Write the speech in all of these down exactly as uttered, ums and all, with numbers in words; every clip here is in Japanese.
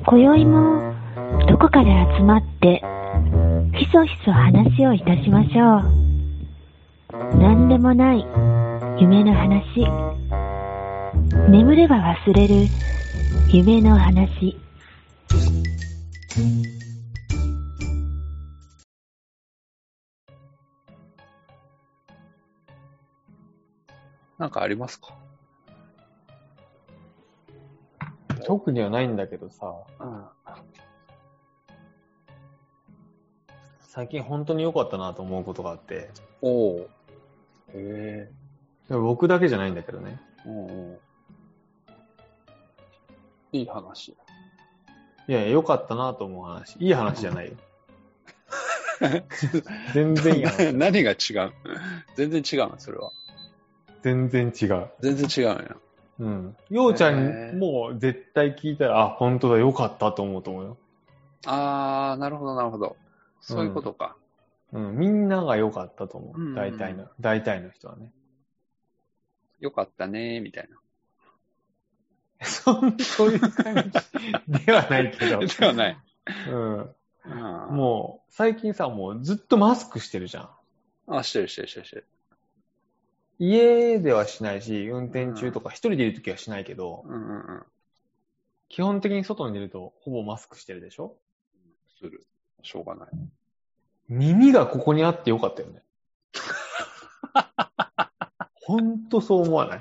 今宵もどこかで集まってひそひそ話をいたしましょう。何でもない夢の話、眠れば忘れる夢の話。 なんかありますか？ 特にはないんだけどさ、 うん、 最近本当に良かったなと思うことがあって。 おー。へー。僕だけじゃないんだけどね。 おー。いい話。 いやいや、良かったなと思う話。いい話じゃないよ。全然いい話。 何が違う？全然違うの、それは。 全然違う。 全然違うんや。 うん。ようちゃんも絶対聞いたら、あ、本当だ、良かったと思うと思うよ。 あー、なるほど、なるほど。そういうことか。 うん。うん、みんなが良かったと思う。 うん、 大体の、大体の人はね。 良かったねー、みたいな。 そんそういう感じではないけど。 ではない。 うん。 うん、 もう、最近さ、もうずっとマスクしてるじゃん。 あ、してるしてるしてるしてる。 家ではしないし、運転中とか一人でいるときはしないけど、 うんうんうん。 基本的に外に出るとほぼマスクしてるでしょ？ する。しょうがない。 耳がここにあってよかったよね。ほんとそう思わない？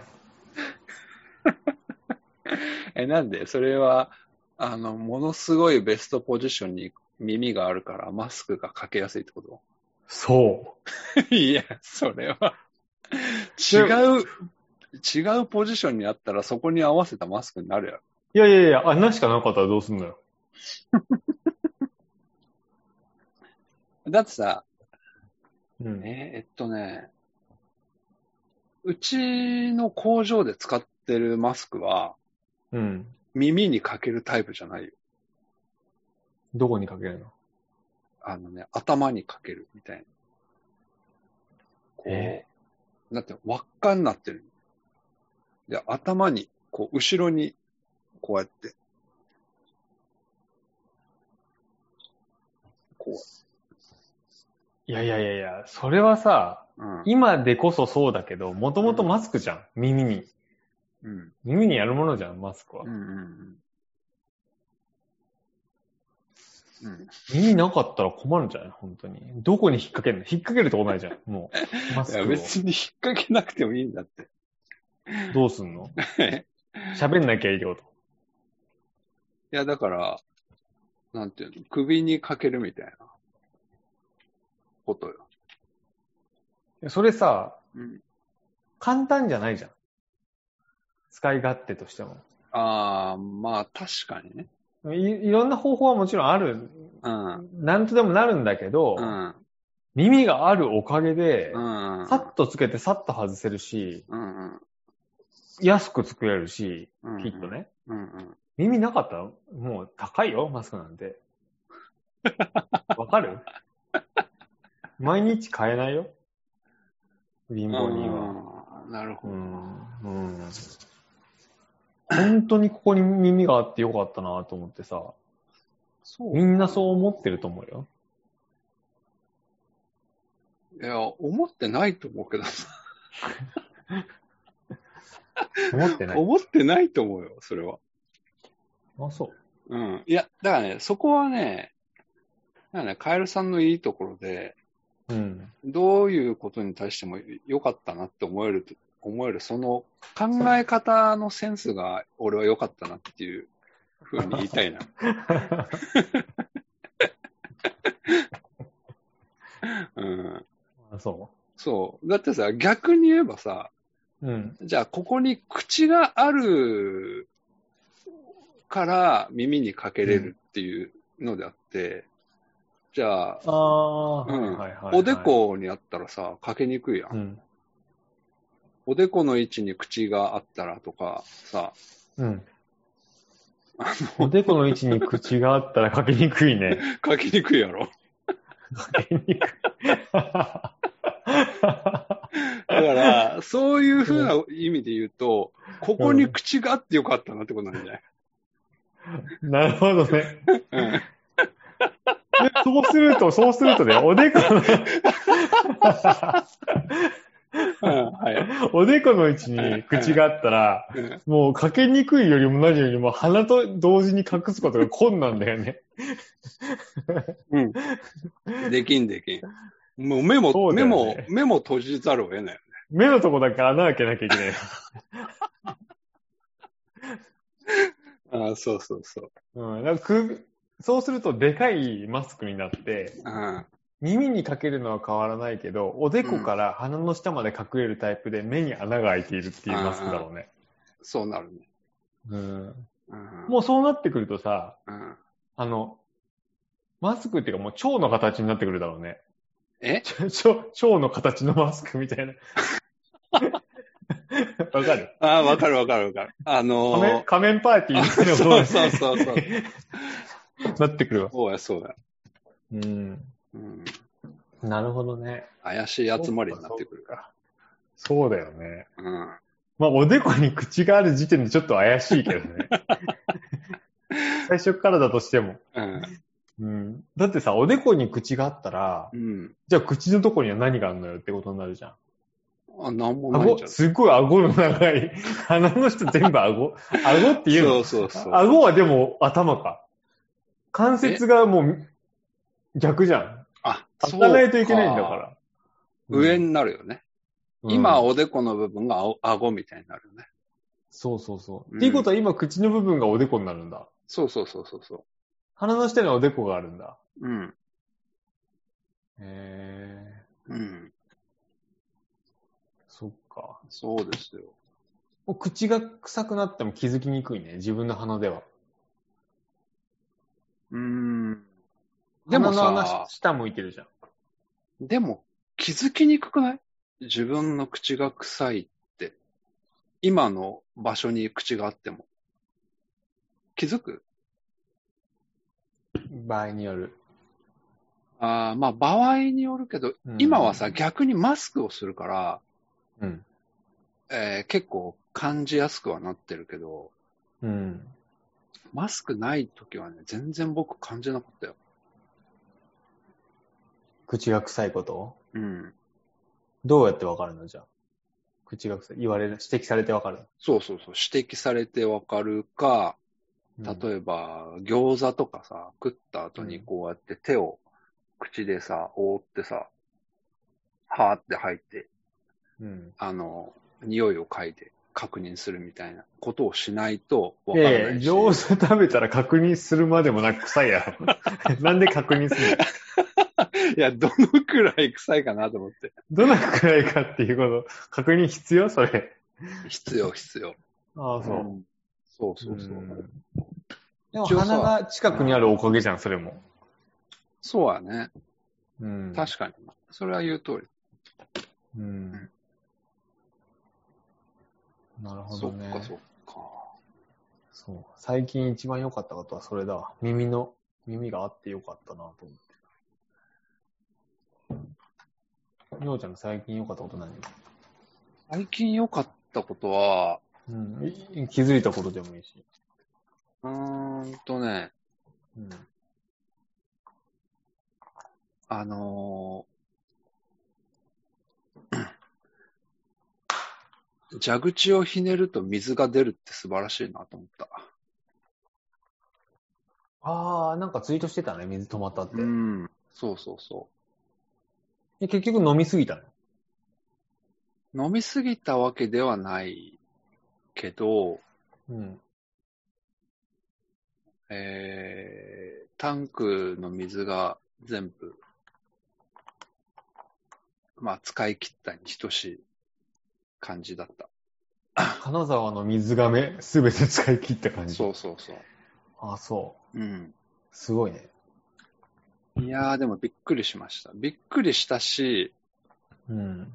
え、なんでそれは、あの、ものすごいベストポジションに耳があるからマスクがかけやすいってこと？ そう。 いや、それは違う、違うポジションにあったらそこに合わせたマスクになるやろ。 いやいやいや、あんなしかなかったらどうすんのよ。 だってさ、 うん、 えーえっとね、うちの工場で使ってるマスクは、 うん。 耳にかけるタイプじゃないよ。 どこにかけるの？ あのね、頭にかけるみたいな。こう、 えだって輪っかになってる。で、頭に、こう、後ろに、こうやって、こいやいやいやいや、それはさ、 う。うん。 今でこそそうだけど、もともとマスクじゃん、耳に。 うん。 耳にやるものじゃん、マスクは。 うんうんうんうん。 耳なかったら困るんじゃない？本当に。どこに引っ掛けるの？引っ掛けるとこないじゃん、もう。マスクを。 いや、別に引っ掛けなくてもいいんだって。 どうすんの？喋んなきゃいいってこと？ いや、だから、なんていうの、首にかけるみたいなことよ。 それさ、 うん。 簡単じゃないじゃん。使い勝手としても。 ああ、まあ確かにね。 い, いろんな方法はもちろんある。 うん。 なんとでもなるんだけど、 うん。 耳があるおかげで、 うん。 さっとつけてさっと外せるし、 うんうん。 安く作れるし、 うんうん、 きっとね。 うんうん。 耳なかったらもう高いよ、マスクなんて。わかる？毎日買えないよ。貧乏人は。 なるほど。 うんうん、本当にここに耳があってよかったなと思ってさ。そうみんなそう思ってると思うよ。 いや、思ってないと思うけどさ。 思ってない。 思ってないと思うよ、それは。 あ、そう。 うん。いや、だからね、そこはね、だからね、カエルさんのいいところで、 うん、 どういうことに対しても良かったなって思える、思える、その考え方のセンスが俺は良かったなっていうふうに言いたいな。うん、 あ、そうそう。だってさ、逆に言えばさ、 うん、 じゃあここに口があるから耳にかけれるっていうのであって、うん、じゃあ、 あ、 うん、 はいはいはいはい、 おでこにあったらさ、かけにくいやん。うん、おでこの位置に口があったらとかさ、 うん、あのおでこの位置に口があったらかけにくいね。 かけにくいやろ。 かけにくい。 だから、そういうふうな意味で言うと、ここに口があってよかったなってことなんじゃない？ なるほどね。 うん。 でそうすると、そうするとね、おでこの、 うん、はい。 おでこの位置に口があったら、 うんもうかけにくいよりも何よりも鼻と同時に隠すことが困難だよね。 うん。できんできん。もう目も、 そうだ目よねも、目も閉じざるを得ないよね。 目のとこだけ穴開けなきゃいけない。 ああ、そうそうそう。 うん、だから首そうするとでかいマスクになって、 うん。 耳にかけるのは変わらないけど、おでこから鼻の下まで隠れるタイプで目に穴が開いているっていうマスクだろうね。 そうなるね。 うん、 うん。 もうそうなってくるとさ、 うん。 あの、マスクっていうかもう蝶の形になってくるだろうね。 え蝶蝶の形のマスクみたいな。わかるああ、わかるわかるわかる。あの仮面ー、 仮面パーティーみたいなそうそうそうそう。 なってくるわ。 そうやそうや。 うん。 うん。 なるほどね。 怪しい集まりになってくるから。 そうだよね。 うん。 まあ、おでこに口がある時点でちょっと怪しいけどね。最初からだとしても。 うん。 うん。だってさ、おでこに口があったら、 うん。 じゃあ口のとこには何があるのよってことになるじゃん。 あ、なんもないんじゃ顎、すっごい顎の長い。鼻の下全部顎。顎っていうの。 そうそうそう。 顎はでも頭か。関節がもう逆じゃん。 あ、 開かないといけないんだから。 上になるよね。 うん、 今、 うんおでこの部分があ顎みたいになるよね。 そうそうそう。 うんっていうことは今口の部分がおでこになるんだ。 そうそうそうそうそ鼻の下にはおでこがあるんだ。 う。うん。 へー。 うん。 そっか。 そうですよ。 もう口が臭くなっても気づきにくいね。自分の鼻では。 うーん。でも鼻の穴さ、 下向いてるじゃん。 でも気づきにくくない？自分の口が臭いって。今の場所に口があっても。気づく？ 場合による。 ああ、まあ場合によるけど、 うん今はさ、逆にマスクをするから、 うん。 えー結構感じやすくはなってるけど、 うん。 マスクない時はね、全然僕感じなかったよ。 口が臭いことうん。 どうやってわかるのじゃあ。口が臭い。言われる、指摘されてわかる。 そうそうそう。指摘されてわかるか、 うん例えば、餃子とかさ、食った後にこうやって手を口でさ、覆ってさ、はーって吐いて、 うん。 あの、匂いを嗅いで確認するみたいなことをしないとわからええないし。 餃子食べたら確認するまでもなく臭いやろ。なんで確認するのいや、どのくらい臭いかなと思って。 どのくらいかっていうこと、確認必要それ。 必要、必要。 ああ、そう。 んそうそうそう。 んでも一応さ鼻が近くにあるおかげじゃん、それも。 そうやね。 うん。 確かに。それは言う通り。 うん。なるほどね。 そっかそっか。 そう。最近一番良かったことはそれだわ。耳の、耳があって良かったなと思って。ようちゃんの最近良かったこと何？ 最近良かったことは、 うん。い気づいたことでもいいし。 うーんとね、 うん。 あのー蛇口をひねると水が出るって素晴らしいなと思った。 ああ、なんかツイートしてたね、水止まったって。 うん。そうそうそえ結局飲みすぎたの？ う。飲みすぎたわけではないけど、 うん。 えー、タンクの水が全部、まあ使い切ったに等しい感じだった。 金沢の水がめ、すべて使い切った感じ。 そうそうそう。 ああ、そう。 うん。 すごいね。 いやーでもびっくりしました。びっくりしたし、 うん。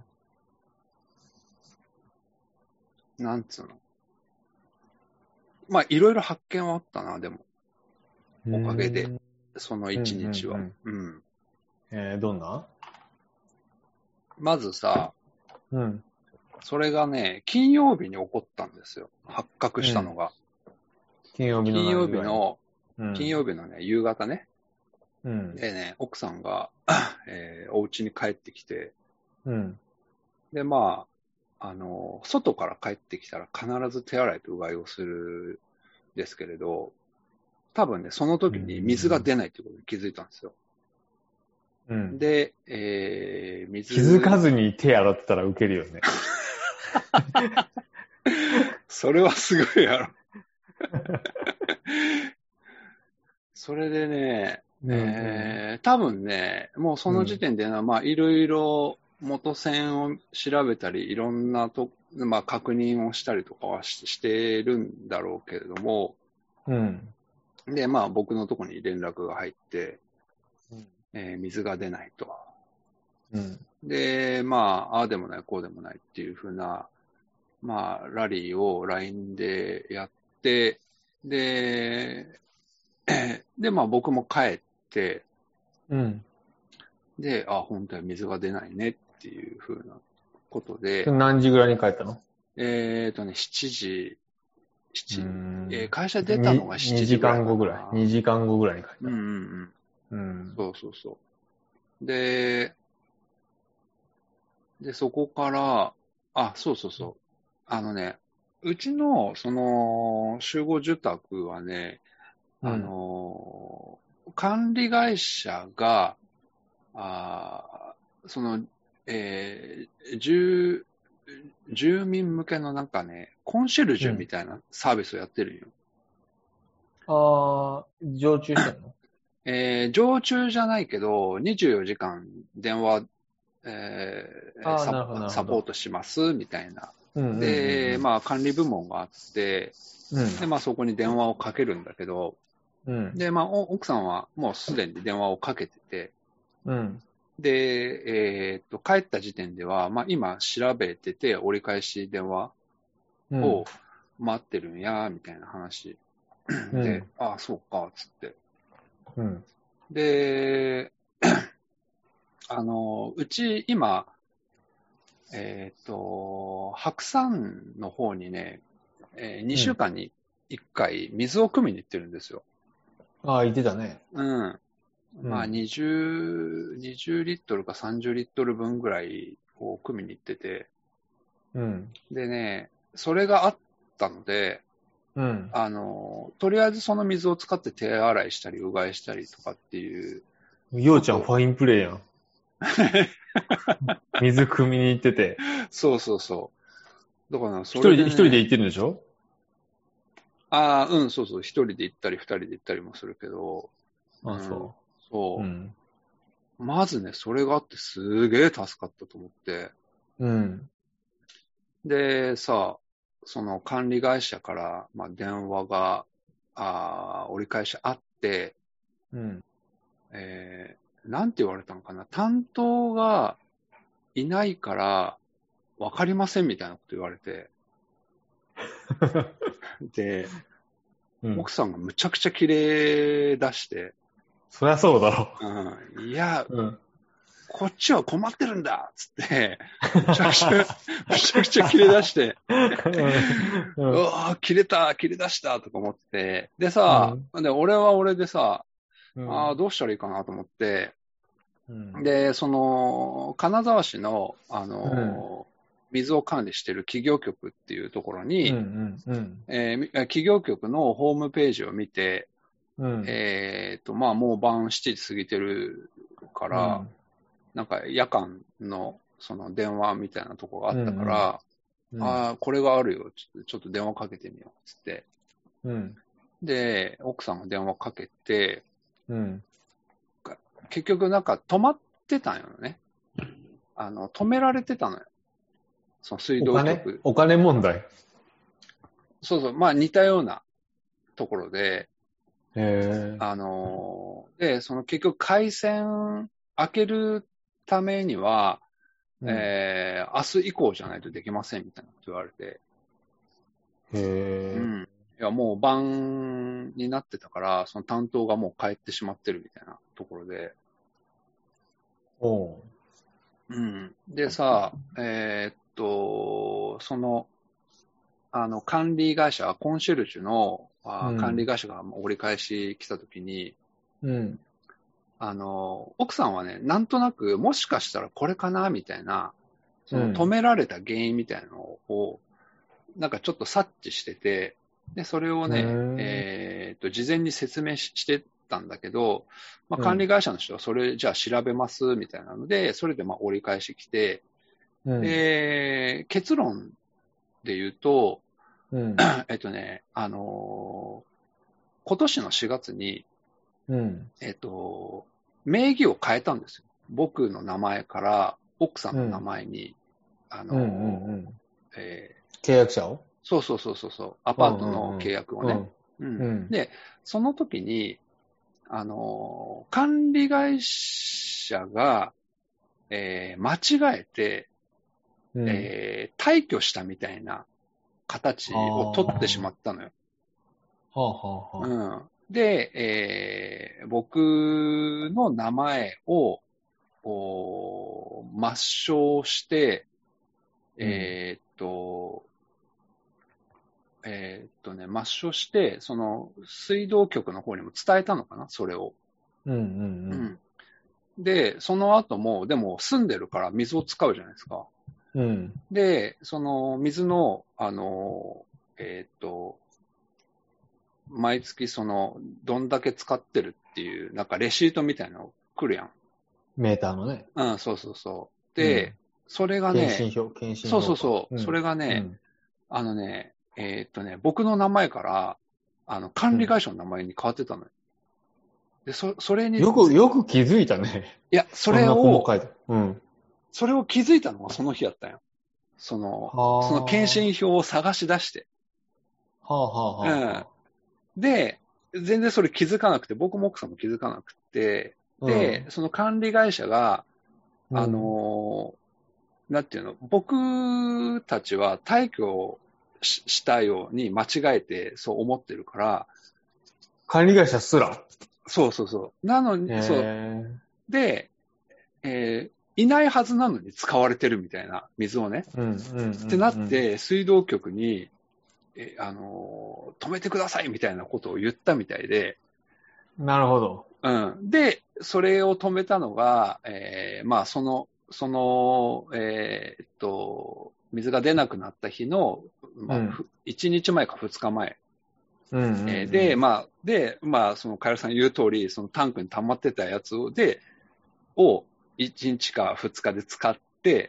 なんつうの。まあいろいろ発見はあったな、でも。おかげでうん。 その一日は。 うんうん。 えー、どんな？ まずさ、 うん。 それがね、金曜日に起こったんですよ。発覚したのが。 金曜日の金曜日何時ぐらいの、 うん金曜日のね、夕方ね。 うん。 でね、奥さんが、えーお家に帰ってきて、 うん。 で、まあ、あの、外から帰ってきたら必ず手洗いとうがいをするんですけれど、多分ね、その時に水が出ないってことに気づいたんですよ。 うん。 で、えー、水。 気づかずに手洗ってたらウケるよね。 それはすごいやろ。それでね、 うんうんえー、多分ね、もうその時点でな、まあ、いろいろ元栓を調べたり、いろんなと、まあ、確認をしたりとかはし、してるんだろうけれども、 うん。 で、まあ、僕のところに連絡が入って、 うんえー水が出ないと。 うん。 で、まあ、ああでもない、こうでもないっていうふうな、まあ、ラリーを ライン でやって、で、で、まあ僕も帰って、 うん。 で、あ、本当に水が出ないねっていうふうなことで、 何時ぐらいに帰ったの？ えっとね、しちじ、しち、 うんえー会社出たのがしちじ 2時ぐらいかな。 間後ぐらい。にじかんごぐらいに帰った。 うんうんううん。 ん。 そうそうそう。で、で、そこから、あ、そうそうそう。あのね、うちの、その、集合住宅はね、あの、管理会社が、あその、えー、住、住民向けのなんかね、コンシェルジュみたいなサービスをやってるんよ。 ああ、常駐してんの？ えー、常駐じゃないけど、にじゅうよじかん電話、えーああ、 サなるほど、なるサほど。 ポートしますみたいな。 うんうんうんうん、 で、まあ管理部門があって、 うんで、まあそこに電話をかけるんだけど、 うんで、まあお奥さんはもうすでに電話をかけてて、 うんで、えーっと、帰った時点では、まあ今調べてて折り返し電話うんを待ってるんや、みたいな話うんで、ああ、そうか、つって。 うんで、あの、うち今、えーっと、白山の方にね、えー、にしゅうかんにいっかい水を汲みに行ってるんですよ。 ああ、言ってたね。 うん。 うんまあにじゅう、にじゅうリットルかさんじゅうリットル分ぐらいを汲みに行ってて、 うんでね、それがあったので、 うんあの、とりあえずその水を使って手洗いしたり、うがいしたりとかっていう。 ようちゃんファインプレーやん。水汲みに行ってて。 そうそうそう。だから、そ一人で、 れで、ね、 一人で行ってるんでしょ？ ああ、うん、そうそう。一人で行ったり、二人で行ったりもするけど。 ああ、 うん、 そそうう。 ん。 まずね、それがあってすげえ助かったと思って。 うん。 で、さ、その管理会社から、まあ、電話が、あ折り返しあって、 うん。 えー、なんて言われたのかな。担当がいないから、わかりませんみたいなこと言われて。で、 うん、 奥さんがむちゃくちゃキレ出して、 そりゃそうだろうん、いや、 う。うん。 こっちは困ってるんだっつって、むちゃくちゃ、むちゃくちゃキレ出して、ううん。 わぁ、切れた、切れ出したとか思って、でさ、で、俺は俺でさ、 うん、 ああ、どうしたらいいかなと思って、 うん、 で、その、金沢市の、あの、 うん水を管理している企業局っていうところに、 うんうんうんえー企業局のホームページを見て、 うんえっと、まあ、もう晩しちじ過ぎてるから、 うんなんか夜間のその電話みたいなとこがあったから、 うんああ、これがあるよ。ちょっとちょっと電話かけてみよう。つって。 うんで、奥さんが電話かけて、 うん結局なんか止まってたんよね。あの、止められてたのよ。その水道お金局。 お金問題。 そうそう、まあ似たようなところで、 へーあのーで、その結局回線開けるためには、 うんえー、明日以降じゃないとできませんみたいなこと言われて、 へーうん。いや、もう晩になってたから、その担当がもう帰ってしまってるみたいなところで、 おううん。でさ、えーっと、その、 あの、管理会社、コンシェルジュの、あうん管理会社が折り返し来たときに、 うん。 あの、奥さんはね、なんとなく、もしかしたらこれかなみたいな、そのうん止められた原因みたいなのを、なんかちょっと察知してて、で、それをね、 うんえっと、事前に説明ししてたんだけど、まあ、 うん管理会社の人はそれじゃあ調べますみたいなので、それでまあ折り返し来て、 うん。 で、結論で言うと、 うん。 えっとね、あのー今年のしがつに、 うん。 えっと、名義を変えたんですよ。僕の名前から奥さんの名前に、あのーうんうんうん。 えー契約者をそうそうそうそうそう、アパートの契約をね。うんうんで、その時に、あのー管理会社が、えー間違えて、 うん。 えー退去したみたいな形を取ってしまったのよ。 はあはあはあ。 うん、で、えー僕の名前をお抹消して、えーっと、えーっとね、抹消して、その水道局の方にも伝えたのかな、それを。 うんうんううん。 ん。で、その後も、でも住んでるから水を使うじゃないですか。 うん。 で、その水の、あの、えーっと、毎月その、どんだけ使ってるっていう、なんかレシートみたいなの来るやん。 メーターのね。 うん、そうそうそう。で、 うんそれがね、 検診票、検診そう票。 そうそう、 んそれがね、あのね、えーっとね、僕の名前から、あの、管理会社の名前に変わってたのよ。で、そ、それに、 よく、よく気づいたね。 いや、そそんなれを、 細かい。うん。 それを気づいたのがその日やったんよ。その、 はあ。 その検診票を探し出して。 はあはあはあはあ。 で、全然それ気づかなくて、僕も奥さんも気づかなくて、で、その管理会社が、 うん、 あの、なんていうの、僕たちは退去ししたように間違えてそう思ってるから、 管理会社すら。 そうそうそう。なのに、 へそう。 ーで、えーいないはずなのに使われてるみたいな水をね。 うんうんうんうん。 ってなっ、て、水道局に、えあのー止めてくださいみたいなことを言ったみたいで、 なるほど。 うん。で、それを止めたのが、えーまあ、その、その、えーっと、水が出なくなった日の、まあ、 うんふいちにちまえかふつかまえ。 うんうんうん、 えーで、まあ、で、まあ、その、カエルさん言う通り、そのタンクに溜まってたやつを、で、をいちにちかふつかで使って、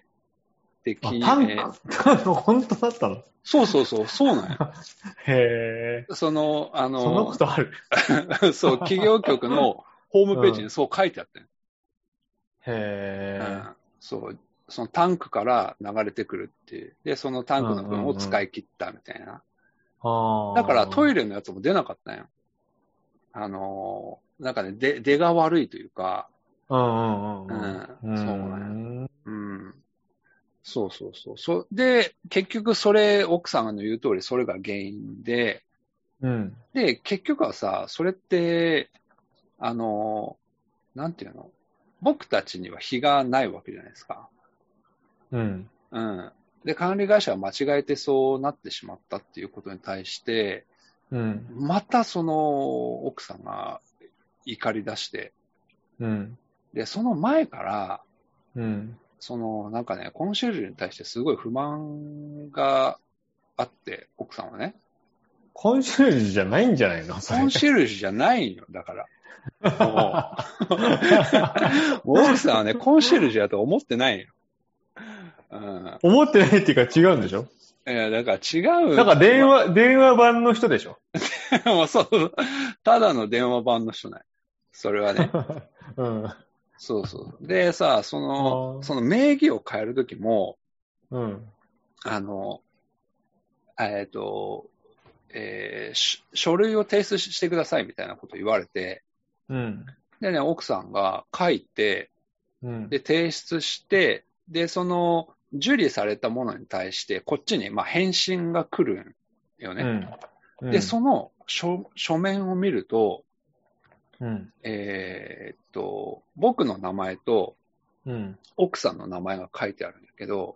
で、 あ、 きタンク、 えータンク、本当だったのそうそうそう、そうなんよ。 へえ。 その、あの、 そんなことあるそう、企業局のホームページにそう書いてあったよ。 へえ。 うん、そう、そのタンクから流れてくるっていう。で、そのタンクの分を使い切ったみたいな。 ああ。 だからトイレ。 レのやつも出なかったんよ。あのーなんかね、出、出が悪いというか、 うんうんうんううん。 ん、そうなんん。 うん。そうそうそう。そで、結局それ、奥さんの言う通り、それが原因で、 うん。 で、結局はさ、それって、あの、なんていうの僕たちには非がないわけじゃないですか。 うん。 うん。で、管理会社は間違えてそうなってしまったっていうことに対して、 うん。 またその奥さんが怒り出して、 うん。 で、その前から、 うん。 そのなんかね、コンシェルジュに対してすごい不満があって、奥さんはね。 コンシェルジュじゃないんじゃないのそれ。 コンシェルジュじゃないよ、だから。もう、もう奥さんはね、コンシェルジュだと思ってないよ。うん。 思ってないっていうか違うんでしょいや、だから違う。 だから電話、電話版の人でしょもうそう、ただの電話番の人ない。それはね。 うん。 そうそう。でさ、そあの、 ーその名義を変えるときも、 うん。 あの、えっと、えーし書類を提出してくださいみたいなこと言われて、 うん。 でね、奥さんが書いて、 うん。 で、提出して、で、その、受理されたものに対して、こっちに、まあ、返信が来るんよね。 うん。 で、その書、書面を見ると、 うん。 えーっと、僕の名前とうん。 奥さんの名前が書いてあるんだけど、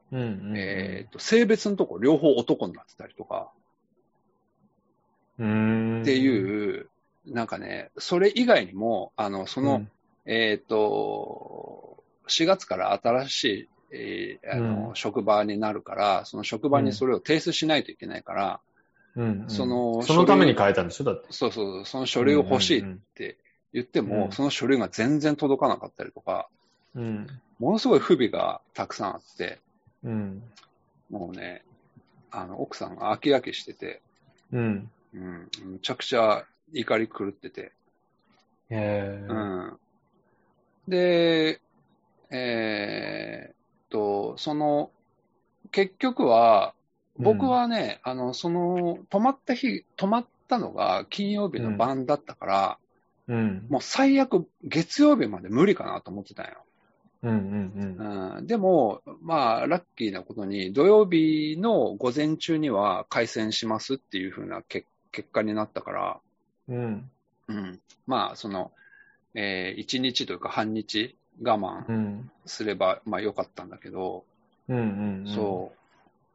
うんうんうん、 えっと、性別のとこ両方男になってたりとか、 うーんっていう、なんかね、それ以外にも、あの、その、 うんえっと、しがつから新しい、えーあの、 うん職場になるから、その職場にそれを提出しないといけないから、 うんうん、 そのそのために書類変えたんでしょだって。 そうそう、その書類を欲しいって言っても、 うんその書類が全然届かなかったりとか、 うん。 ものすごい不備がたくさんあって、 うん。 もうね、あの、奥さんが飽き飽きしてて、 うん。 うん、むちゃくちゃ怒り狂ってて、 へー。 うん。で、えーっと、その、結局は、僕はね、あの、その、泊まった日、泊まったのが金曜日の晩だったから、 うん。 もう最悪月曜日まで無理かなと思ってたんよ。 うんうんうん、でも、まあ、ラッキーなことに、土曜日の午前中には開戦しますっていう風な結結果になったから、 うん。うん。 うん、まあ、その、えー、いちにちというか半日我慢うん。 すれば、まあ良かったんだけど、 うんうん。 そう。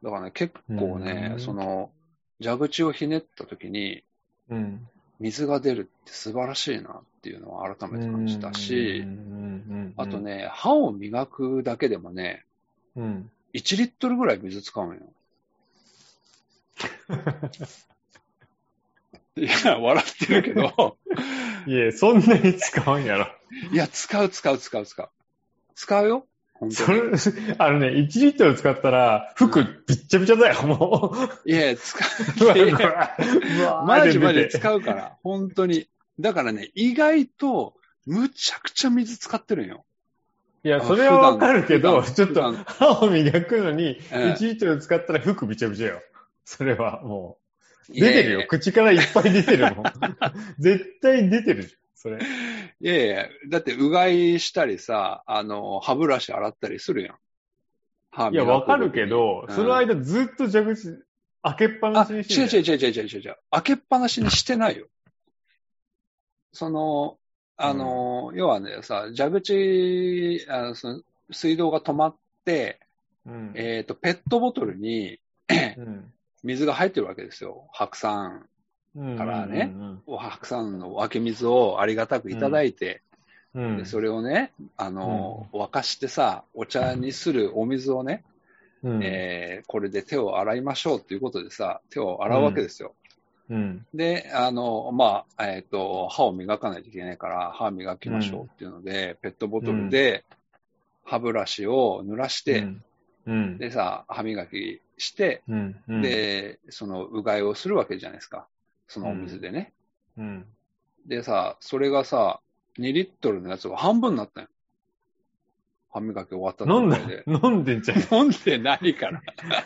だからね、結構ね、 うんその、蛇口をひねった時に、 うん。 水が出るって素晴らしいなっていうのを改めて感じたし、 うんあとね、歯を磨くだけでもね、 うん。 いちリットルぐらい水使うんよ。いや、笑ってるけど、 いや、そんなに使うんやろ。 いや、使う使う使う使う。使うよ本当そに。 れ、あのね、いちリットル使ったら、服びっちゃびちゃだよ、もいや、使う。 う。いやうわマジマジ出て使うから。本当に。だからね、意外と、むちゃくちゃ水使ってるんよ。 いや、それはわかるけ普ど、 段ちょっと普段歯を磨くのに、 うんいちリットル使ったら服びちゃびちゃよ。それはもう。 いやいや出てるよ。口からいっぱい出てるもん。絶対出てるじゃん、それ。 いやいや、だってうがいしたりさ、あの、歯ブラシ洗ったりするやん。歯いや、 磨くわかるけど、 うんその間ずっと蛇口開けっぱなあ、 しに違してるじゃん。 う違う違う違う違う違う。開けっぱなしにしてないよ。その、あの、要はね、さ、蛇口、あのその水道が止まって、 うん。 えっと、ペットボトルにうん。 水が入ってるわけですよ。白山うん。 からねうん白山の湧き水をありがたくいただいて、 うん。 でそれをね、あの、沸かしてさ、お茶にするお水をね、 うん。 えーこれで手を洗いましょうということでさ、手を洗うわけですよ。 うん。 で、あの、まあ、えっ、と、歯を磨かないといけないから、歯磨きましょうっていうので、ペットボトルで歯ブラシを濡らして、 うん。うん。 でさ、歯磨きして、 うん。うん、 で、その、うがいをするわけじゃないですか。そのお水でね。 うん。 でさ、それがさ、にリットルのやつが半分になったよ。歯磨き終わった飲んだ段階で。、 飲んでんじゃん。 飲んでないから。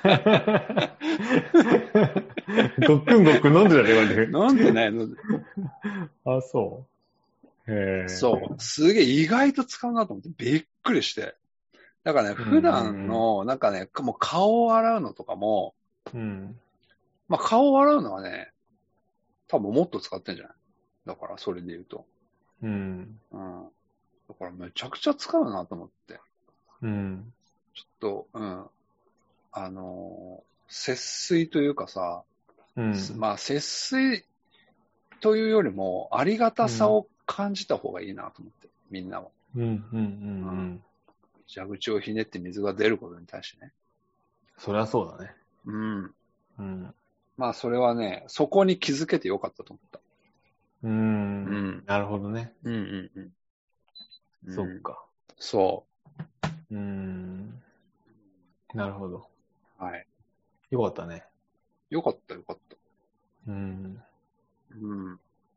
ごっくんごっくん飲んでたね、言われて。 飲んでないの。 あ、そう。へえ。 そう。すげえ意外と使うなと思ってびっくりして。だからね、普段の、なんかね、もう顔を洗うのとかも、 うん。 まあ顔を洗うのはね、多分もっと使ってんじゃないだからそれで言うと。 うん。 うん。だからめちゃくちゃ使うなと思って。 うん。 ちょっと、うん。あのー節水というかさ、 うん。 まあ節水というよりもありがたさを感じた方がいいなと思って、みんなは。 うん。うん。うん。 蛇口をひねって水が出ることに対してね。 そりゃそうだね。 うん。 うん。 まあそれはね、そこに気づけてよかったと思った。 う。 うんん。 なるほどね。 うんうんうん。 そっか。 そうん。なるほど。 う。はい。 よかったね。 よかったよかった。 うん。 うん。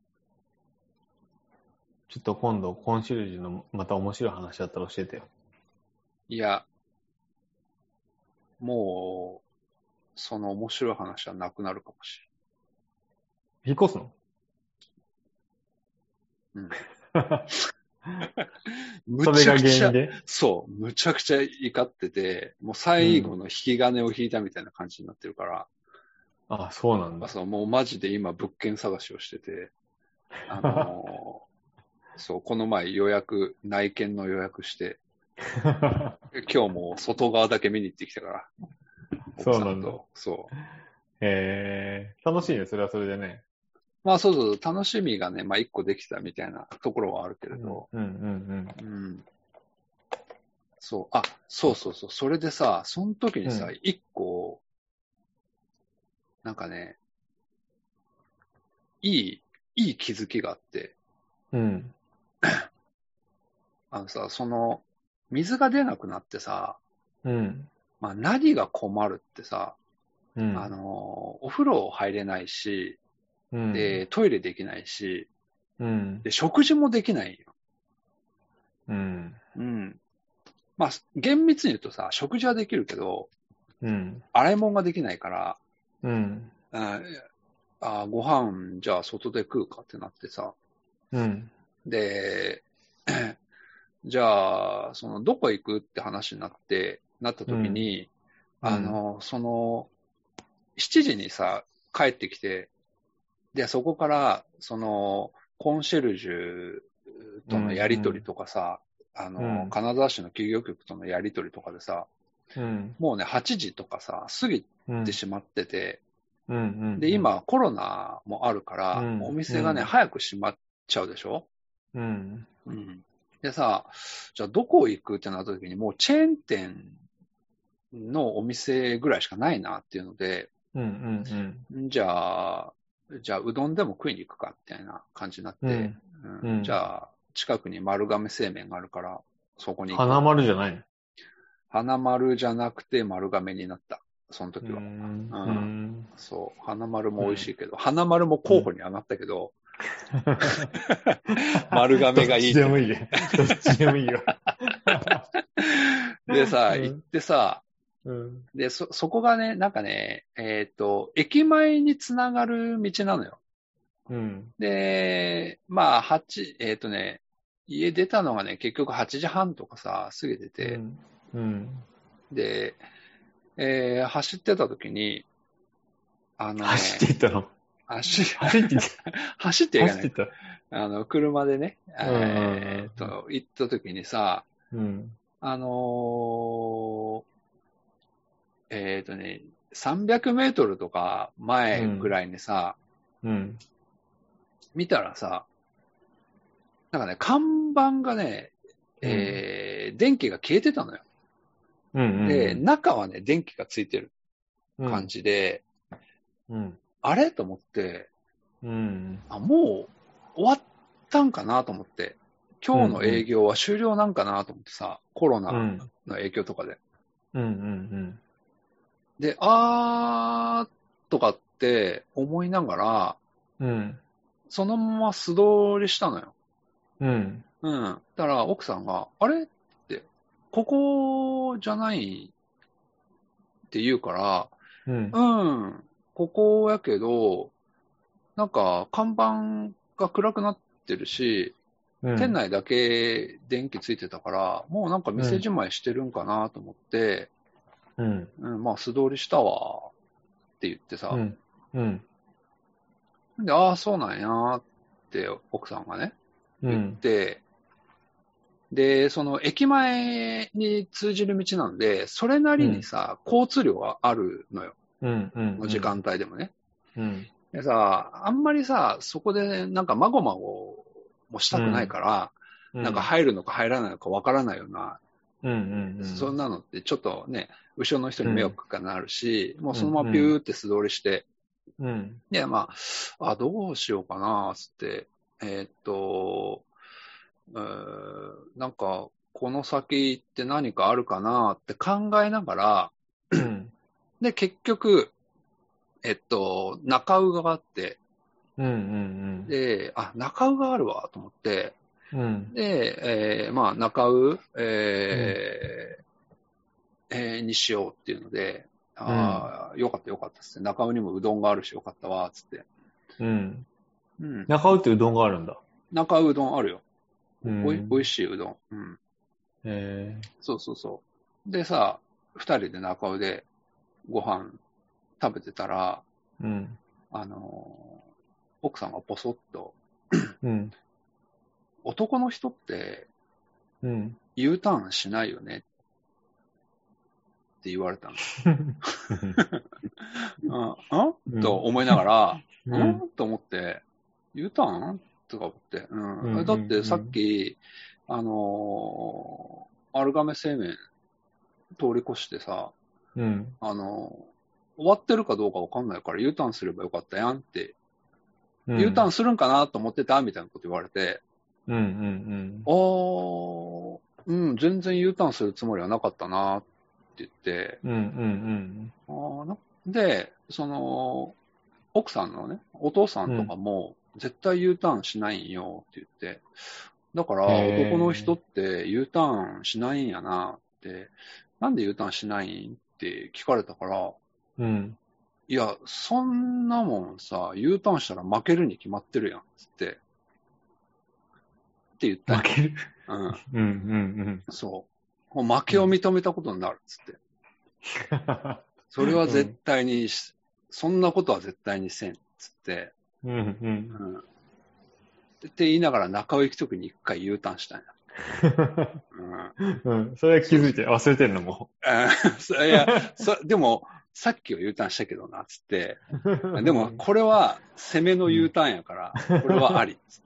ちょっと今度、コンシェルジュのまた面白い話あったら教えてよ。 いや、もう、その面白い話はなくなるかもし引っ越すのれない。うん。 それがむちゃくちゃ原因でそう、むちゃくちゃ怒ってて、もう最後の引き金を引いたみたいな感じになってるから、 あ、そうなんだ。 そうもうマジで今物件探しをしてて、あのーそう、この前予約、内見の予約して、 今日も外側だけ見に行ってきたから。 そうなんだ。 そう。 へえー、楽しいね、それはそれでね。 まあそうそう、楽しみがね、まあ一個できたみたいなところはあるけれど。 うんうんうん。 うん。そう。あ、そうそうそう。それでさ、その時にさ、一、うん、個、なんかね、いい、いい気づきがあって。 うん。 あのさ、その、水が出なくなってさ、 うん。 まあ何が困るってさ、 うん、 あの、お風呂入れないし、 うん、 で、トイレできないし、 うん、 で、食事もできないよ。 うん。 うん。まあ、厳密に言うとさ、食事はできるけど、 うん、 洗い物ができないから、 うん、 ああご飯じゃあ外で食うかってなってさ、 うん、 で、じゃあ、その、どこ行くって話になって、なった時に、 うん、 あの、その、しちじにさ、帰ってきて、で、そこから、その、コンシェルジュとのやりとりとかさ、あの、金沢市の企業局とのやりとりとかでさ、 うん、 もうね、はちじとかさ、過ぎてしまってて、 うん、 で、今、コロナもあるから、 うん、 お店がね、早く閉まっちゃうでしょ。 うん、 うん。でさ、じゃあどこ行くってなった時に、もうチェーン店のお店ぐらいしかないなっていうので、 うん、うん、 じゃあ、じゃあうどんでも食いに行くかみたいな感じになって、 うんうん、じゃあ近くに丸亀製麺があるから、そこに行こう。 花丸じゃないの？ 花丸じゃなくて丸亀になった。その時は。 うん、 うんうん、 そう。花丸も美味しいけど、うん、花丸も候補に上がったけど、丸亀がいいって。 どっちでもいいよ。どっちでもいいよ。 でさ、うん、行ってさ、 うん、 で、そ、そこがね、なんかね、えっと、駅前につながる道なのよ。 うん、 で、まあ、はち、えっとね、家出たのがね、結局はちじはんとかさ、過ぎてて、 うんうん、 で、えー、走ってた時に、あのね、 走っていったの？ 走、 走っていった走っていかない。 走っていった。 あの、車でね、 うんうんうん、 えーっと、行った時にさ、 うん、 あのー、えーっとね、さんびゃくメートルとか前ぐらいにさ、 うん、 見たらさ、なんかね、看板がね、 うん、 えー、電気が消えてたのよ。 うんうんうん、 で、中はね、電気がついてる感じで、 うん、 あれと思って、 うん、 あ、もう終わったんかなと思って、今日の営業は終了なんかなと思ってさ、コロナの影響とかで。 うんうんうん、 で、あーとかって思いながら、 うん、 そのまま素通りしたのよ。 うん。 うん。だから奥さんが、あれって、ここじゃないって言うから、 うん、 うん、ここやけど、なんか看板が暗くなってるし、 うん、 店内だけ電気ついてたから、もうなんか店じまいしてるんかなと思って、 うん、 うん、まあ素通りしたわって言ってさ、 うん、うん、 で、ああ、そうなんやーって奥さんがね、言って、うん、で、その駅前に通じる道なんで、それなりにさ、うん、交通量があるのよ。 うん、うん。 の時間帯でもね。 うん。 でさ、あんまりさ、そこでなんかまごまごもしたくないから、うん、なんか入るのか入らないのかわからないような、 うんうんうん、 そんなのってちょっとね、後ろの人に迷惑がなるし、うん、もうそのままピューって素通りして、 うん、 で、まあ、あ、どうしようかな、つって、えー、っと、えー、なんか、この先って何かあるかなって考えながら、うん、で、結局、えっと、中尾があって、 うんうんうん、 で、あ、中尾があるわ、と思って、 うん、 で、えー、まあ、中尾、えーうんえー、にしようっていうので、ああ、うん、よかったよかったっすね。中尾にもうどんがあるしよかったわ、つって。 うん。うん。中尾ってうどんがあるんだ。 中尾うどんあるよ。 うん、 おい、おいしいうどん。うん。 へー。 そうそうそう。でさ、二人で中尾でご飯食べてたら、うん、あの、奥さんがポソッと、うん、男の人ってうん。 U ターンしないよねって言われたの。うんうんと思いながら、 ううんんと思って、U ターンとか思って、うん。 うんだってさっき、あのー、アルガメ製麺通り越してさ、 うん。 あのー、終わってるかどうかわかんないから U ターンすればよかったやんって、 うん。 U ターンするんかなと思ってたみたいなこと言われて、 うんうんあー、うん、全然 U ターンするつもりはなかったなって言って、 うん。うんうんあーなで、その、奥さんのね、お父さんとかも、絶対 U ターンしないんよって言って、だから男の人って U ターンしないんやなって、なんで U ターンしないんって聞かれたから、 うん。うん。 いや、そんなもんさ、U ターンしたら負けるに決まってるやん、つって。って言ったんや。 負ける。 うん。 うんうんそう。もう負けを認めたことになる、つって。 うん。 それは絶対にし、そんなことは絶対にせん、つって。 うんうん。 うん。って言いながら中尾行くときに一回 U ターンしたんや。 うん。うん。それは気づいて忘れてんのもうん。いや、そでも、さっきは U ターンしたけどな、つって。 う。 でも、これは攻めの U ターンやから、これはあり、つって。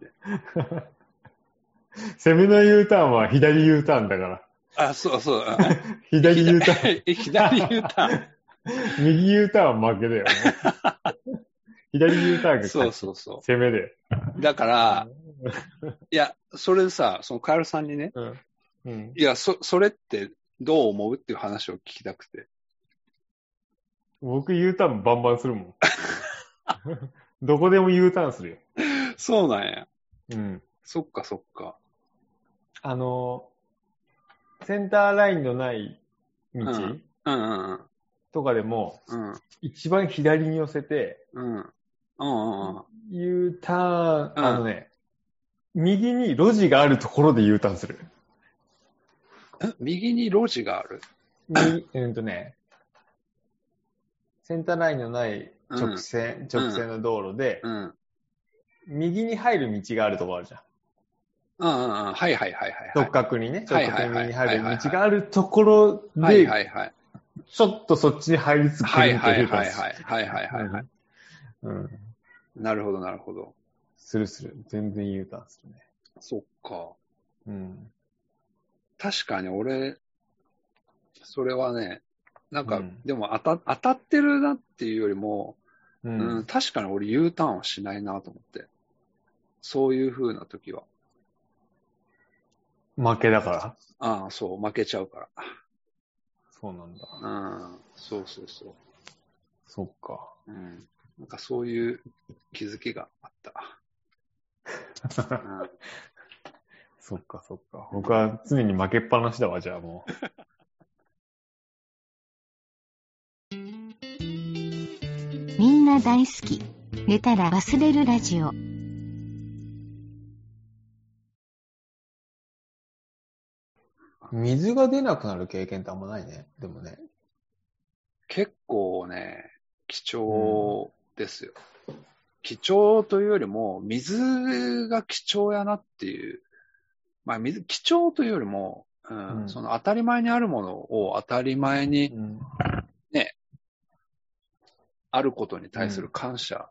攻めの U ターンは左 U ターンだから。 あ、そうそう。 左 U ターン。 左 U ターン。 右 U ターンは負けだよね。左 U ターンがそうそうそう。 攻めで。 だから、いや、それでさ、そのカエルさんにね、 うんうん、 いや、そ、それってどう思うっていう話を聞きたくて。 僕 U ターンバンバンするもん。どこでも U ターンするよ。 そうなんや。 うん。 そっかそっか。 あの、センターラインのない道、 うん、うんうんうんとかでも、 うん。 一番左に寄せて、 うん。うんうんうん。 U ターン、 うんあのね、右に路地があるところで U ターンする。 え右に路地がある。 右、うんとね、センターラインのない直線、 うん直線の道路で、 うん。うん右に入る道があるところあるじゃん。 うんうん。はいはいはいはい。 直角にね、直はいはいはい角に右に入る道があるところはいで、 はいはい。 ちょっとそっちに入りつつはいはいるはいはい。はいはいはいはい。 うん。 なるほどなるほど。 するする。全然 U ターンするね。 そっか。 うん。 確かに俺、それはね、なんか、 うんでも当た当たってるなっていうよりも、 ううんん。 確かに俺 U ターンはしないなと思って。そういう風な時は。 負けだから。 ああ、そう、負けちゃうかそうなんだ。 ら。うん、そうそうそう。 そっか。 うん。なんかそういう気づきがあった。うん、 そっかそっか。僕は常に負けっぱなしだわ、じゃあもみんな大好き。寝たら忘れるラジオ。 う。水が出なくなる経験ってあんまないね。でもね。 結構ね、貴重ですよ。貴重というよりも、水が貴重やなっていう。まあ、水、貴重というよりも、うんうんその当たり前にあるものを当たり前にうん。 あることに対する感謝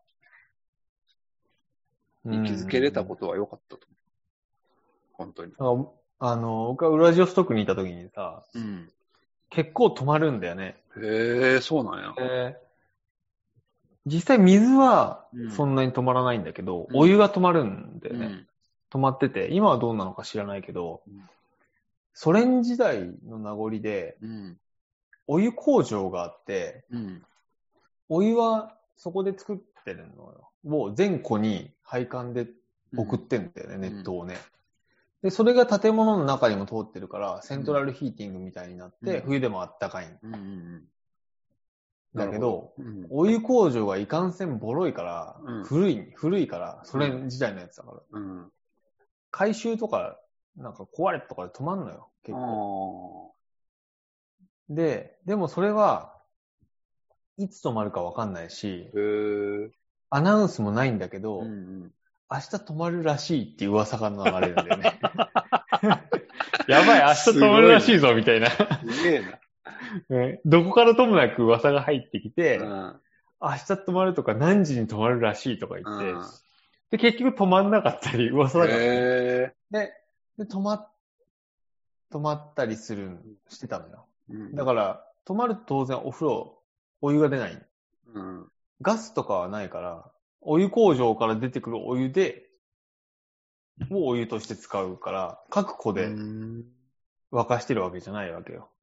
に気づけれたことは良かったと思う。本当に。 あの、僕はウラジオストクにいた時にさ、 うん。 結構止まるんだよね。 へえ、そうなんや。 えー実際水はうんそんなに止まらないんだけど、 うんお湯が止まるんだよね。 うん。 止まってて、今はどうなのか知らないけど、 うんソ連時代の名残で、 うん。 お湯工場があって、 うん。 お湯はそこで作ってるのよ。もう全戸に配管で送ってんだよね、 ん熱湯をね。で、それが建物の中にも通ってるから、セントラルヒーティングみたいになって、 うん冬でもあったかいんうん。うん。 だけど、 うん。 お湯工場がいかんせんボロいから、 うん古い、古いから、ソ連時代のやつだから。 うん。 改修とか、なんか壊れとかで止まんのよ、結構。 あで、でもそれは、いつ止まるかわかんないし、 あ。へえ。 アナウンスもないんだけど、 うん。 明日止まるらしいっていう噂が流れるんだよね。 やばい、明日泊まるらしいぞ、みたいな。 すげえな。 ねどこからともなく噂が入ってきて、 うん明日泊まるとか何時に泊まるらしいとか言って、 うんで、結局泊まんなかったり、噂だから、ね。 へで、で、泊ま、泊まったりする、してたのよ。 ーだから、泊まると当然お風呂、お湯が出ない。 うんガスとかはないから、お湯工場から出てくるお湯で、をお湯として使うから、各個でうん沸かしてるわけじゃないわけよ。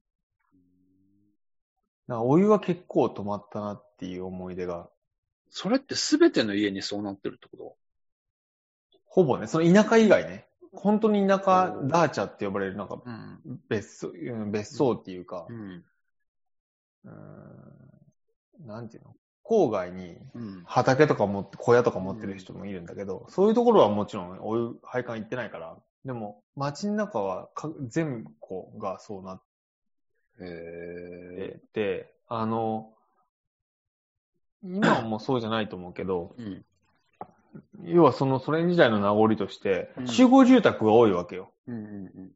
だからお湯は結構止まったなっていう思い出が、 それってすべての家にそうなってるってこほぼね、その田舎以外ね、本当に田舎、ダーチャって呼ばれるなんかとうん。 別荘、うん別荘っていうかう、ん。 うーんなんていうの郊外にうん。 畑とか持って、小屋とか持ってる人もいるんだけど、そういうところはもちろんお湯配管行ってないから、でも街の中はか全個がそうなっへえ。 てて、あの、今はもうそうじゃないと思うけど、 うん。 要はそのソ連時代の名残としてう、ん集合住宅が多いわけよ。 うんうん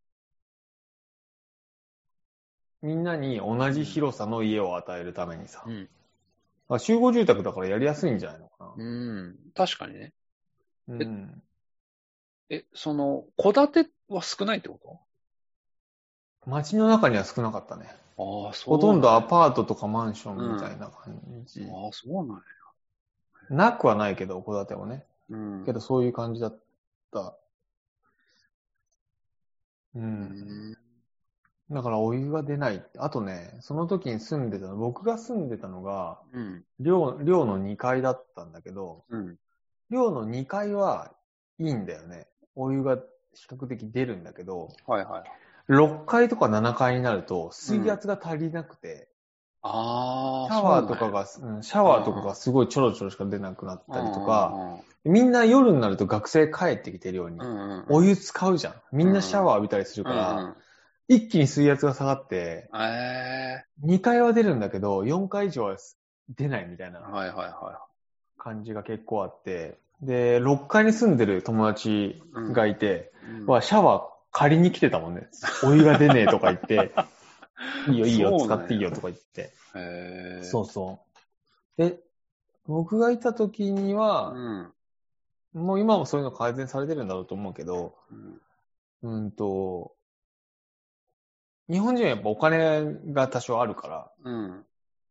みんなに同じ広さの家を与えるためにさ。 うん。うん。 あ集合住宅だからやりやすいんじゃないのかうん。確かにね。 な。うん。 え、その、戸建ては少ないってこ街の中には少なかったね。 とああ、そうほとんどアーパートとかマンションみたいな感じ。 ああ、そうなんや。 なくはないけど、戸建てもね。 うん。 けどそういう感じだった。う。 うんん。 だからお湯が出ない。あとね、その時に住んでたの、僕が住んでたのが、 うん。 寮、寮のにかいだったんだけど、 うん。 寮のにかいはいいんだよね。お湯が比較的出るんだけど、 はいはい。 ろっかいとかななかいになると水圧が足りなくて、 ああ、 シャワーとかがが、うんシャワーとかがすごいちょろちょろしか出なくなったりとか、みんな夜になると学生帰ってきてるようにう、んうんうん、 お湯使うじゃん。みんなシャワー浴びたりするかうんうんら、一気に水圧が下がって、 えにかいは出るんだけど、よんかい以上は出ないみたいえなはいはいは感じが結構あって、で、ろっかいに住んでる友達がいて、 い。うんはシャワー借りに来てたもんね。お湯が出ねえとか言って、いいよいいよ、 そうなんや使っていいよとか言って。 へえそうそう。で、僕がいた時には、 うん。 もう今もそういうの改善されてるんだろうと思うけど、 うん。 うんと、日本人はやっぱお金が多少あるから、 うん。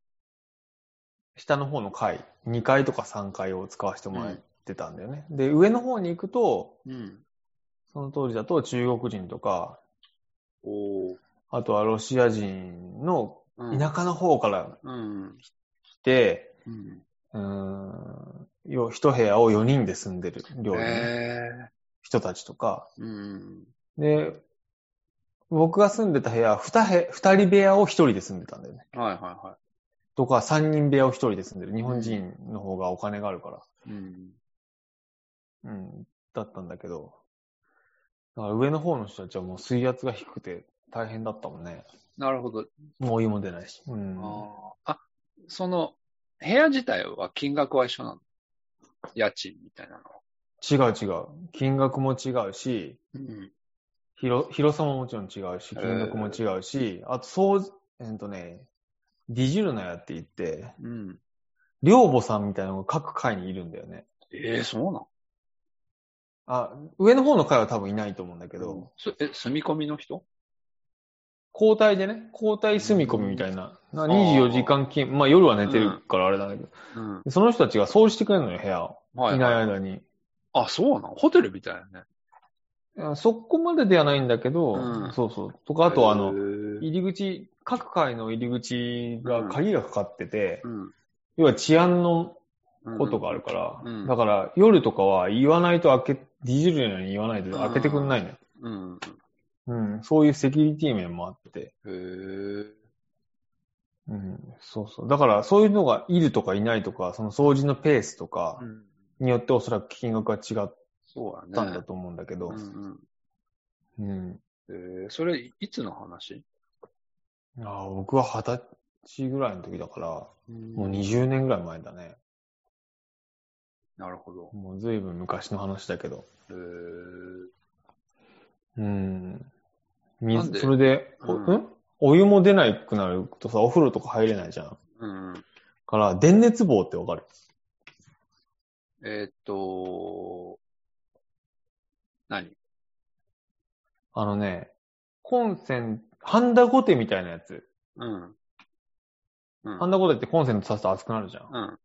下の方の階、にかいとかさんかいを使わせてもらってたんだよね。で、上の方に行くと、 うん。 その当時だと中国人とか、 おーあとはロシア人のうん。 田舎の方からうん。 来て、 うん。 うーん、よ一部屋をよにんで住んでる寮の、ね、 へえ人たちとか、 うん。 で、僕が住んでた部屋は二部、二人部屋を一人で住んでたんだよね。 はいはいはとか、三人部屋を一人で住んでる。日本人の方がお金があるから。 い。うん。 うん。だったんだけど。だから上の方の人たちはもう水圧が低くて大変だったもんね。 なるほど。 もうお湯も出ないし。うん。 あーあ、その、部屋自体は金額は一緒なの家賃みたいなのは。 違う違う。金額も違うし、 うん。 広、広さももちろん違うし、金額も違うし、あと、そう、えっとね、ディジュルナヤって言って、 うん。 寮母さんみたいなのが各階にいるんだよね。 ええそうなのあ、上の方の階は多分いないと思うんだけど、 そえ、住み込みの人交代でね、交代住み込みみたいな、なあーにじゅうよじかん勤務、まあ夜は寝てるからあれなんだけど、 うん。 その人たちが掃除してくれるのよ、部屋を。 はいはいいない間に。 あ、そうなのホテルみたいなね。 いやそこまでではないんだけど、 うんそうそう。とか、あとあの、 へー入り口、各階の入り口が鍵がかかってて、 うん。 要は治安のうんことがあるから、 うんだから夜とかは言わないと開け、ディジルのように言わないと開けてくんないのよ。 うん。 うん、そういうセキュリティ面もあって、 へえ。 うん、そうそう。だからそういうのがいるとかいないとか、その掃除のペースとかうん。 によっておそらく金額が違っそうだね。 たんだと思うんだけど、 うんうん。 うん。 えー、それ、いつの話ああ僕は二十歳ぐらいの時だから、もうにじゅうねんぐらい前だね。 なるほど。 もう随分昔の話だけど。 えー、 うん。 水、 なんでそれで、おうんんお湯も出なくなるとさ、お風呂とか入れないじゃん。 うん。 から、電熱棒ってわかる？ えーっと、何あのね、コンセント、ハンダゴテみたいなやつ。 うん。うん。 ハンダゴテってコンセント挿すと熱くなるじゃん。 うん。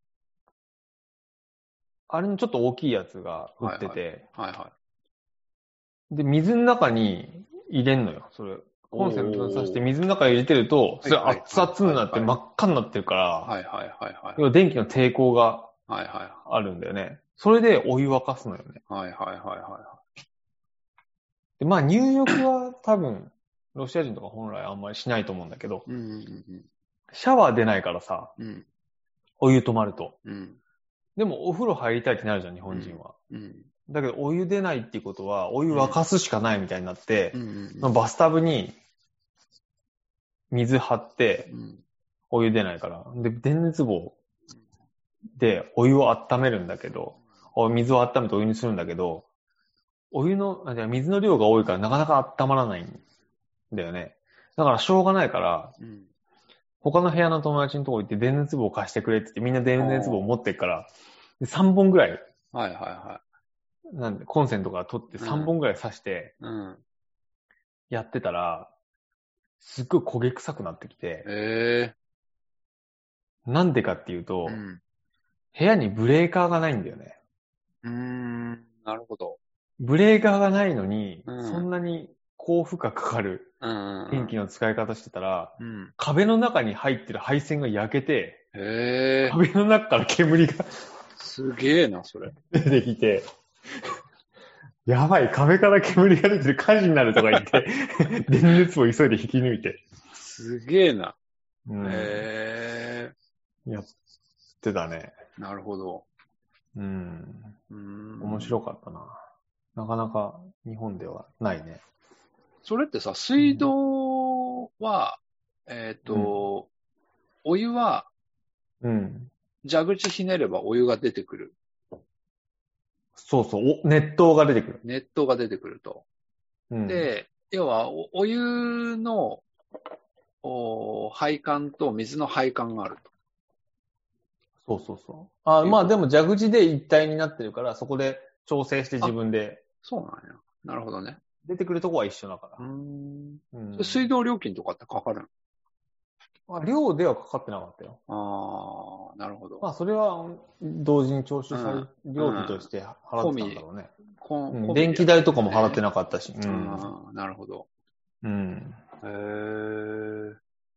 あれのちょっと大きいやつが売ってて、 はいはで、水の中に入れんのよ、それ。コンセントに挿しておー水の中に入れてると、それはいはい熱々になってはい真っ赤になってるから、 い。はいはいはいはい。 要は電気の抵抗がはいはあるんだよね。それでお湯沸かすのよね。 い。はいはいはいはで、まあ入浴は多分、ロシア人とか本来あんまりしないと思うんだけど、 い。うんうんシャワー出ないからさ、 うん。うん。 お湯止まると。 うん。 でもお風呂入りたいってなるじゃん、日本人は。 うん。 だけどお湯出ないっていうことは、お湯沸かすしかないみたいになってう、ん。 まあバスタブに水張ってう、ん。 お湯出ないから。で、電熱棒でお湯を温めるんだけど、お水を温めてお湯にするんだけど、お湯の、あじゃあ水の量が多いからなかなか温まらないんだよね。だからしょうがないから、 うん。 他の部屋の友達のとこ行って電熱棒貸してくれって言ってみんな電熱棒持ってっから、でさんぼんぐらい、 はいはいはなんで、コンセントから取ってさんぼんぐらい挿してい。うん。 やってたら、すっごい焦げ臭くなってきて、 えなんでかっていうえと、 うん。 部屋にブレーカーがないんだよね。 うーん。なるほど。 ブレーカーがないのに、 うんそんなに高負荷かかるうん。 電気の使い方してたら、 うん。 壁の中に入ってる配線が焼けて、 へえ。 壁の中から煙がすげえな、それ。 出てきて、やばい、壁から煙が出てる火事になるとか言って、電熱を急いで引き抜いて、 すげえな。 うんへえ。 やってたね。 なるほど。 うん。 うーん。 面白かったな。なかなか日本ではないね。 それってさ、水道は、えっと、お湯はうん。 蛇口ひねればお湯が出てくる。 そうそう、お熱湯が出てくる。 熱湯が出てくると。 うん、 で、要はお、お湯のお配管と水の配管があると。 そうそうそう。あ、 いうことまあでも蛇口で一体になってるから、そこで調整して自分でそうなんや。なるほどね。 出てくるとこは一緒だかうーら。 ん。 うんそれ水道料金とかってかかるの？ あ量ではかかってなかったよ。 ああ、なるほど。 まあそれは同時に徴収され、 うん料費として払ってたんだろうね。 こうんん電気代とかも払ってなかったし。う。 うんん。なるほど。 うん。 へえ。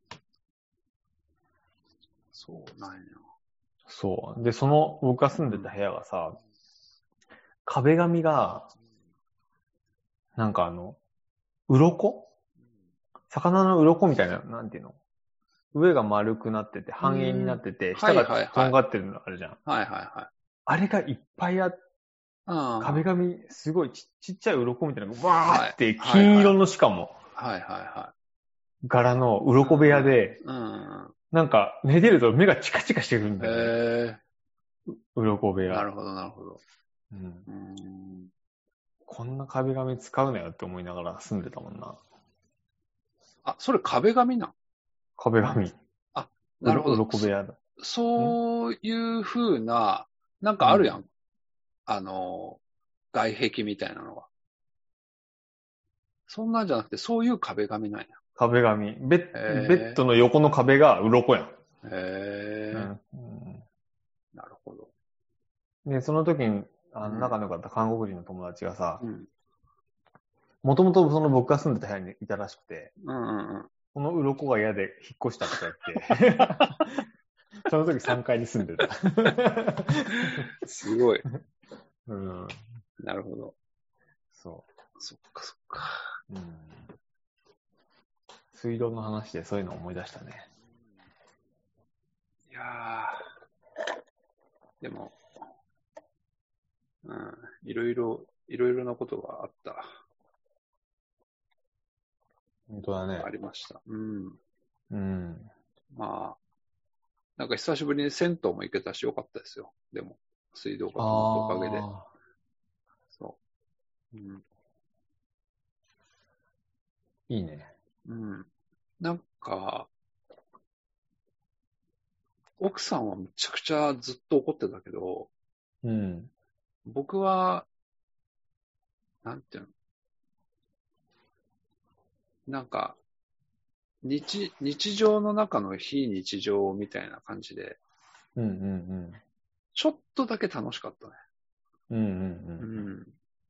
そうなんや。 そう。で、その僕が住んでた部屋がさ、壁紙が、なんかあの、鱗魚の鱗みたいな、なんていうの上が丸くなってて、半円になってて、 ん下がはいはいはいとんがってるのあるじゃん。 はいはいはい。 あれがいっぱいあって、 あ壁紙、すごいちちっちゃい鱗みたいなのがわーって、 はい金色のしかも、 はいはいは柄の鱗部屋で、 い。うん。 なんか寝てると目がチカチカしてるんだよね。 へえ。 鱗部屋。 なるほどなるほど。 うん。 うーん。 こんな壁紙使うなよって思いながら住んでたもんな。 あ、それ壁紙なん？ 壁紙。 なるほど。 鱗部屋だ。 そういう風な、なんかあるやん。あの、外壁みたいなのが。そんなんじゃなくて、そういう壁紙なんや。 壁紙。ベッへーベッドの横の壁が鱗やん。 へえ、 うんなるほど。 で、その時に、あの、 うん仲の良かった韓国人の友達がさう、ん。 もともとその僕が住んでた部屋にいたらしくて、 うんうんうん。 この鱗が嫌で引っ越したとか言って、その時さんがいに住んでた。 すごい。 うん。 なるほど。 そそっかそっか。 う。うん。水道の話でそういうのを思い出したね。 いやー。でも、うん。いろいろ、いろいろなことがあった。 本当だねあ。りました。うん。 うん。 まあ、なんか久しぶりに銭湯も行けたしよかったですよ。でも、水道が止まったおかげで。 あそう。うん。 いいね。 うん。なんか、奥さんはめちゃくちゃずっと怒ってたけど、 うん。 僕は、なんていうの、なんか、日、日常の中の非日常みたいな感じで、 うんうんちょっとだけ楽しかったね。 うん。うんうんううん。 ん。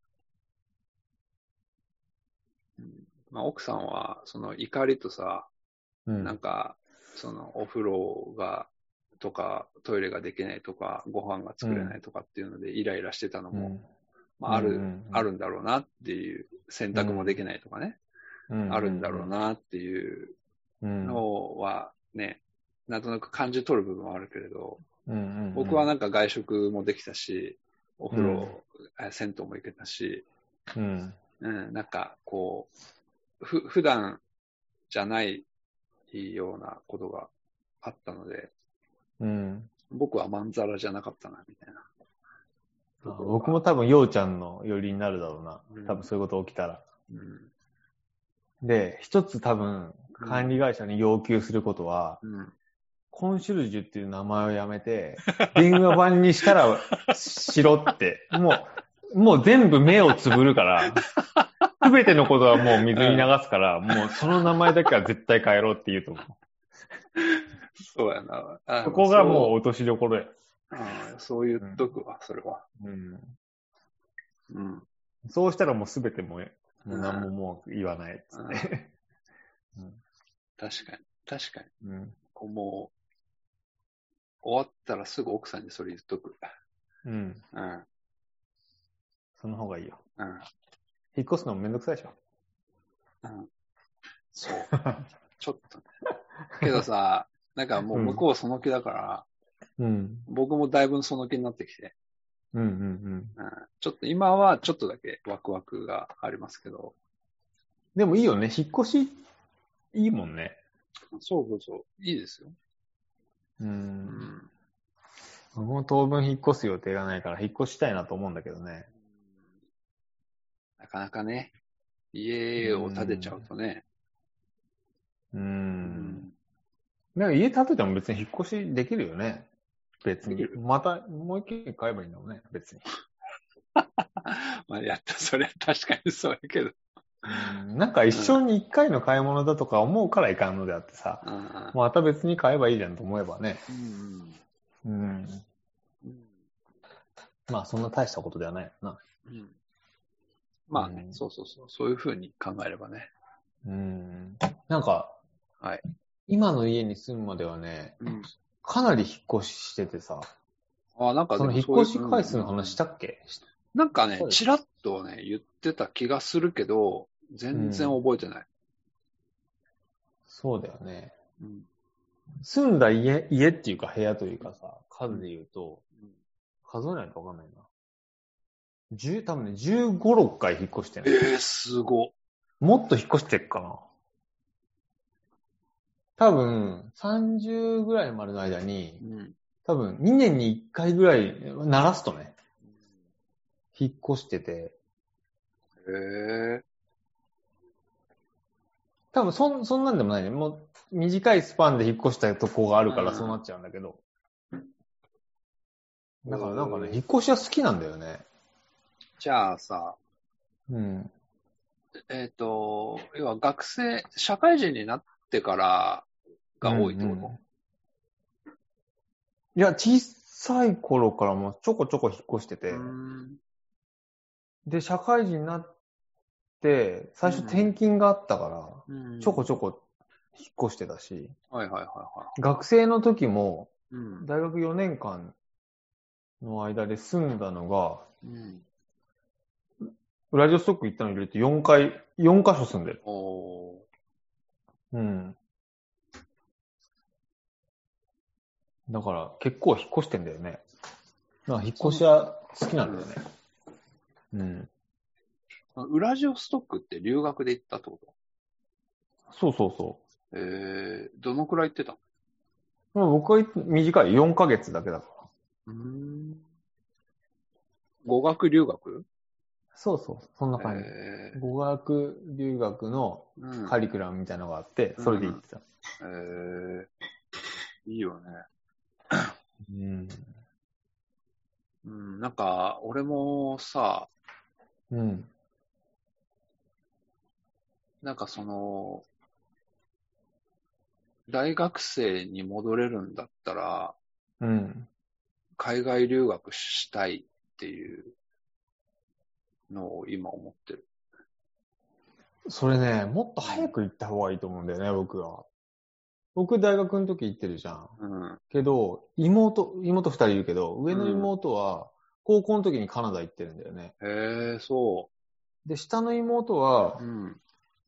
うんまあ、奥さんは、その怒りとさ、 うんなんか、そのお風呂が、とか、トイレができないとか、ご飯が作れないとかっていうので、イライラしてたのも、 うん。 まあ、ある、 うんうんあるんだろうなっていう、洗濯もできないとかね、 うん。 あるんだろうなっていううんのはね、なんとなく感じ取る部分はあるけれど、 うんうん。 僕はなんか外食もできたし、お風呂、 うんえ銭湯も行けたし、 うん。 うん、なんかこう、ふ、普段じゃないようなことがあったので、 うん。 僕はまんざらじゃなかったな、みたいなところが。 僕も多分、ようちゃんの寄りになるだろうな。 うん多分そういうこと起きたら。 うんで、一つ多分、管理会社に要求することは、 うん、 コンシュルジュっていう名前をやめて、電話番にしたらしろって。もう、もう全部目をつぶるから、すべてのことはもう水に流すから、もうその名前だけは絶対変えろって言うと思う。 そうやな。あそこがもうそう落としどころや。 あそう言っとくわ、それは。 うん。 うん。 そうしたらもうすべてもう、もう何ももう言わないっつって。 確かに。確かに。 うん。 こうもう、終わったらすぐ奥さんにそれ言っとく。 うん。 うん。 その方がいいよ。 うん。 引っ越すのもめんどくさいでしょ。 うん。そう。ちょっとね。けどさ、なんかもう向こうその気だから、 うん。 僕もだいぶその気になってきて、 うんうんうん、ちょっと今はちょっとだけワクワクがありますけど。 でもいいよね。引っ越し、いいもんね。 そうそうそう。いいですよ。 う。 うんん。 僕も当分引っ越す予定がないから引っ越したいなと思うんだけどね。 なかなかね、家を建てちゃうとね。 う。 うんん。 なんか家建てても別に引っ越しできるよね。別に。 できるまた、もう一軒買えばいいんだもんね。別に。 まあ、やった、それは確かにそうやけど。 うんなんか一生に一回の買い物だとか思うからいかんのであってさ。 うんまた別に買えばいいじゃんと思えばね。 うんうん。 うんまあそんな大したことではないよな。 うんまあね、 うんそうそうそう。そういうふうに考えればね。 うん。なんか、 はい。 今の家に住むまではね、 うん。 かなり引っ越ししててさ、 あなんかその引っでもそういう越し回数の話したっけ、 なんかねそう、ですちらっとね、言ってた気がするけど、全然覚えてない。 そうだよね。 うん。 住んだ家、家っていうか部屋というかさ、数で言うと、 うん数えないとわかんないな。十、多分ね、じゅうご、ろっかい引っ越してる。 えー、すご。 もっと引っ越してっかな。多分、さんじゅうぐらいまでの間に、 うん。 多分にねんにいっかいぐらい、鳴らすとね、引っ越してて、 へえ多分そん、そんなんでもないね。もう、短いスパンで引っ越したとこがあるからうんそうなっちゃうんだけど。だからなんかね、引っ越しは好きなんだよね。 じゃあさ、 うん。 えっ、と、要は学生、社会人になってからが多いってこと、 うんうんいや、小さい頃からもちょこちょこ引っ越してて、 うんで、社会人になって、最初転勤があったから、 うんちょこちょこ引っ越してたし、 はいはいはいは学生の時も、 い。うん。 大学よねんかんの間で住んだのが、 うん。 ウラジオストック行ったの入れてよんかい、よんかしょ住んでる。 おー。 うん。だから結構引っ越してんだよね。なんか引っ越しは好きなんだよね。うん。 ウラジオストックって留学で行ったってこそうそうそとえー、どのくらい行ってたのう。まあ、僕は短いよんかげつだけだかうーん。語学留学そうそう、そんな感じ。 えー語学留学のうん、 カリキュラムみたいなのがあって、それで行ってた。 えー、いいよね。 うん。 うん、なんか、俺もさ、 うん。 なんかその、大学生に戻れるんだったら、 うん。 海外留学したいっていうのを今思ってる。 それね、もっと早く行った方がいいと思うんだよね、僕は。僕大学の時行ってるじゃん。 うん。 けど、妹、妹二人いるけど、上のうん。 妹は高校の時にカナダ行ってるんだよね。 へえ、そで、下の妹はう。うん。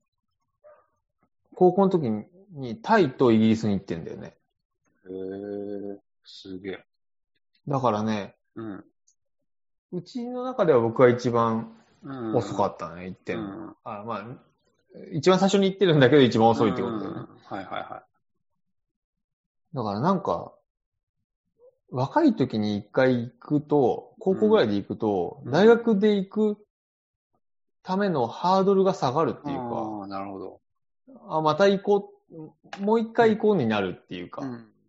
高校の時にタイとイギリスに行ってるんだよね。 へえ、すげえ。 だからね、 うん。 うちの中では僕は一番うん。 遅かったね、行ってうん。 るの。 うん。 あ、まあ、一番最初に行ってるんだけど一番遅いってことだよね。 はいはいはだからなんか、若い時に一回行くと、高校ぐらいで行くと、 うん大学で行くためのハードルが下がるってい。 いうか、 ああ、なるほど。 あ、また行こう、もう一回行こうになるっていうか、っうん。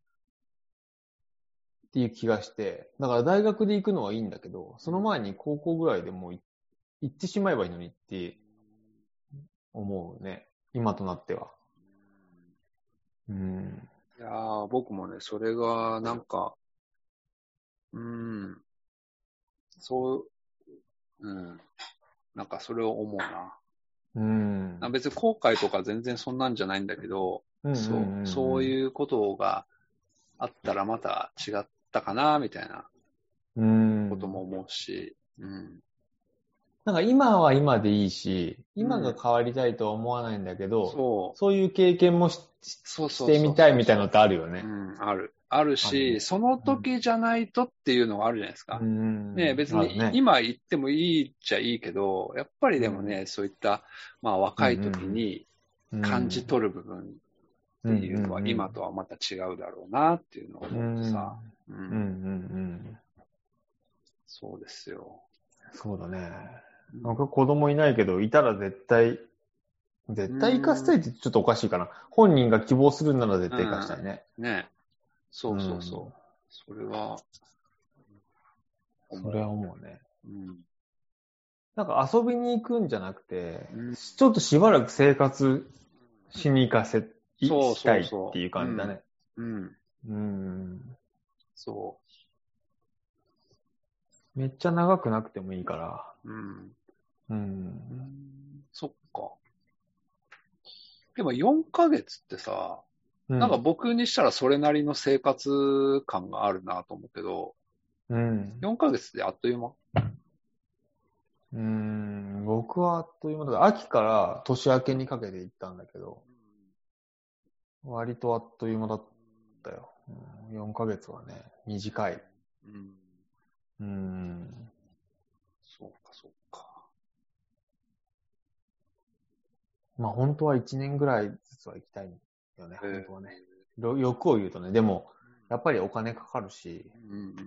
ていう気がして、だから大学で行くのはいいんだけど、その前に高校ぐらいでもう行ってしまえばいいのにって思うね。今となっては。うん。 いやー、僕もね、それが、なんか、うん、そう、うん、なんかそれを思うな。 うん。 あ別に後悔とか全然そんなんじゃないんだけど、 うんうんそうう、 んそういうことがあったらまた違ったかな、みたいなうん。 ことも思うし、うん。 なんか今は今でいいし、今うんが変わりたいとは思わないんだけど、 そう。 そういう経験もしそうしそうそうそうてみたいみたいなのってあるよね。 うん、ある。あるあるし、 ね。 その時じゃないとっていうのがあるじゃないですか。 うん。 ね、別にあるね。 今言ってもいいっちゃいいけど、やっぱりでもね、そういった、まあ若い時にうん感じ取る部分っていうのは今とはまた違うだろうなっていうのを思ってさ。ううんうんうんん。 そうですよ。 そうだね。 うん僕は子供いないけど、いたら絶対、絶対生かしたいってちょっとおかしいかな。本人が希望するなら絶対生かしたいね。 ね。そうそうそう。それは、 それは思うね。 うん。 なんか遊びに行くんじゃなくて、 うんちょっとしばらく生活しに行かせ、いそうしたいっそうそう。 ていう感じだね。 うん。 うん。 そめっちゃ長くなくてもいいから。 う。うん。 うん。 そっか。でもよんかげつってさ、 うん、 なんか僕にしたらそれなりの生活感があるなと思うけど、 うん。 よんかげつであっという間うん。僕はあっという間だ。秋から年明けにかけて行ったんだけど、割とあっという間だったよ。うん、よんかげつはね、短い。 うん。 うん。 そうか、そうか。 まあ本当はいちねんぐらいずつは行きたいよね、 えー本当はね。ろ欲を言うとね、でも、やっぱりお金かかるし、 うんうん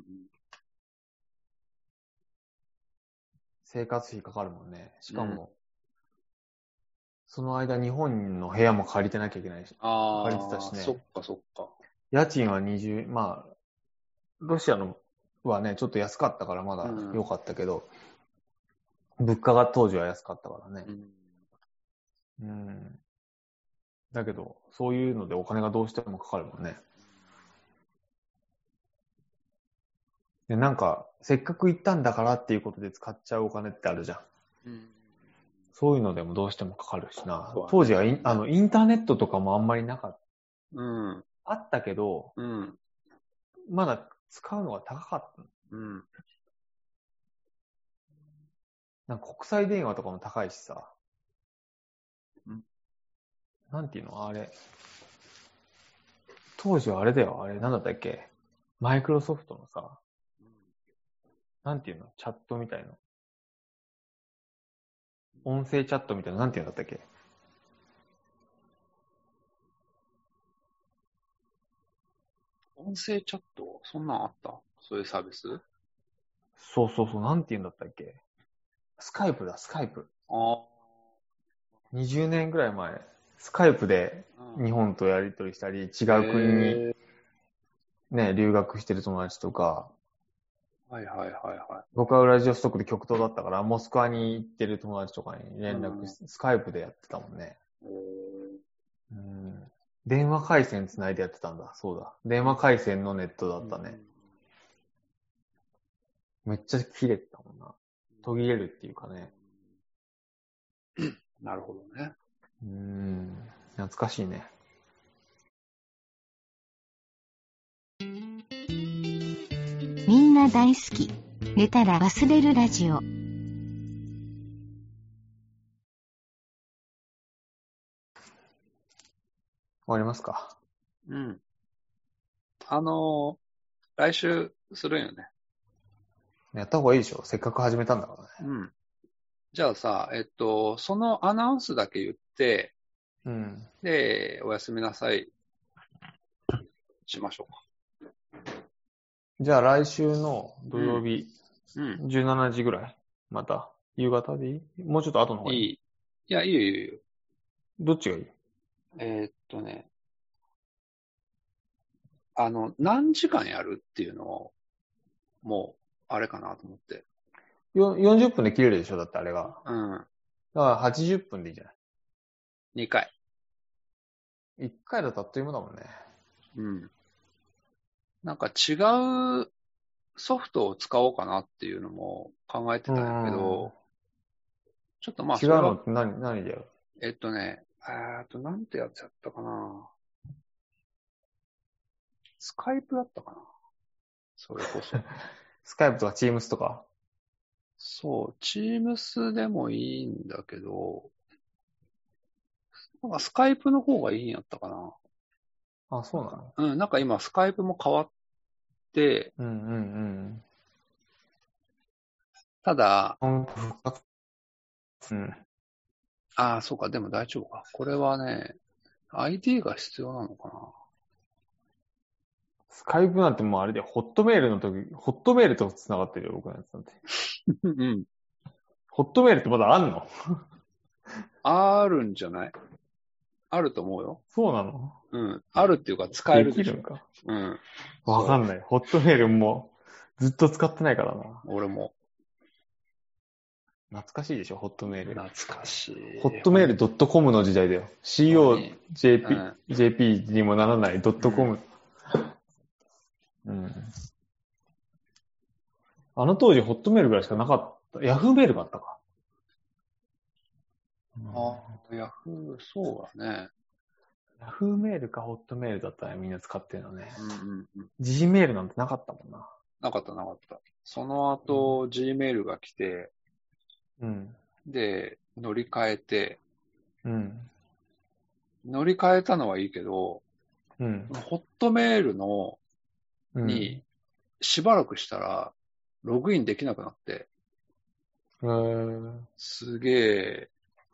生活費かかるもんね。しかも、 うんその間日本の部屋も借りてなきゃいけないし、 あ借りてたしあ、そっね。 か、そっか。 家賃はにじゅう、まあ、ロシアのはね、ちょっと安かったからまだ良かったけど、物価が当時は安かったからねう。ん。 うん。だけど、そういうのでお金がどうしてもかかるもんね。で、なんか、せっかく行ったんだからっていうことで使っちゃうお金ってあるじゃん。 うん。 そういうのでもどうしてもかかるしな。 そうだね当時はインあのインターネットとかもあんまりなかった。 うん。 あったけど、 うん。 まだ使うのが高かった。 うん。 なんか国際電話とかも高いしさ。 うんなんていうのあれ。当時はあれだよ。あれ、なんだったっけマイクロソフトのさ、なんていうのチャットみたいな。音声チャットみたいな、なんていうんだったっけ音声チャットそんなんあったそういうサービスそうそうそう、なんていうんだったっけスカイプだ、スカイプ。 あにじゅうねんぐらい前、スカイプでうん日本とやり取りしたり、違う国にへね、留学してる友達とか、 ーはいはいはいは僕はウラジオストクで極東だったから、モスクワに行ってる友達とかに連絡して、スカイプでやってたもんね。 い。へうん電話回線つないでやってたんだ。そうだ。電話回線のネットだーったね。めっちゃ切れてたもんな。途切れるっていうかね。 なるほどね。 うーん。懐かしいね。 みんな大好き。寝たら忘れるラジオ。 終わりますか。 うん。あのー来週するんよね。 やった方がいいでしょ。せっかく始めたんだからね。 うん。じゃあさ、えっと、そのアナウンスだけ言って、 うん。 で、おやすみなさい。しましょうか。 じゃあ来週の土曜日、 うん。 じゅうしちじぐらいまた夕方でいいもうちょっと後の方がいいいい。いや、いいよいいよいいよ。 どっちがいいえーっとね、あの、何時間やるっていうのを、もう、あれかなと思って。 よよんじゅっぷんで切れるでしょだってあれが。 うん。 だからはちじゅっぷんでいいじゃない。 にかい。 いっかいだとあっという間だもんね。 うん。なんか違うソフトを使おうかなっていうのも考えてたんやけど、ちょっとまあ違そうれはのって何、何だよ。 えっとね、えーっと、なんてやつやったかな。スカイプだったかな。それこそ。 スカイプとかチームスとか。 そう、チームスでもいいんだけど、なんかスカイプの方がいいんやったかな。 あ、そうなのうん、なんか今スカイプも変わって、 うんうんただ、 うん。うん。 ああ、そうか、でも大丈夫か。これはね、アイディー が必要なのかな。 スカイプなんてもうあれで、ホットメールの時、ホットメールと繋がってるよ、僕のやつなんて。 うん。 ホットメールってまだあんのあるんじゃないあると思うよ。 そうなのうん。あるっていうか使えるでしょ。 できるんか。 うん。 わかんない。ホットメールもずっと使ってないからな。 俺も。 懐かしいでしょ、ホットメール。 懐かしい。 ホットメール .com の時代だよ。シーオージェーピー、 うんジェーピー にもならない .com。うん。あの当時ホットメールぐらいしかなかった。ヤフーメールがあったか。 ああ、ヤフー、そうだね。 ヤフーメールかホットメールだったらみんな使ってるのね。 うんうんうん。 G メールなんてなかったもんな。 なかったなかった。その後、Gmail が来て、 うん。 で、乗り換えて、 うん。 乗り換えたのはいいけど、 うん。 ホットメールの、 うん。 に、しばらくしたら、ログインできなくなって、 えー、 すげえ、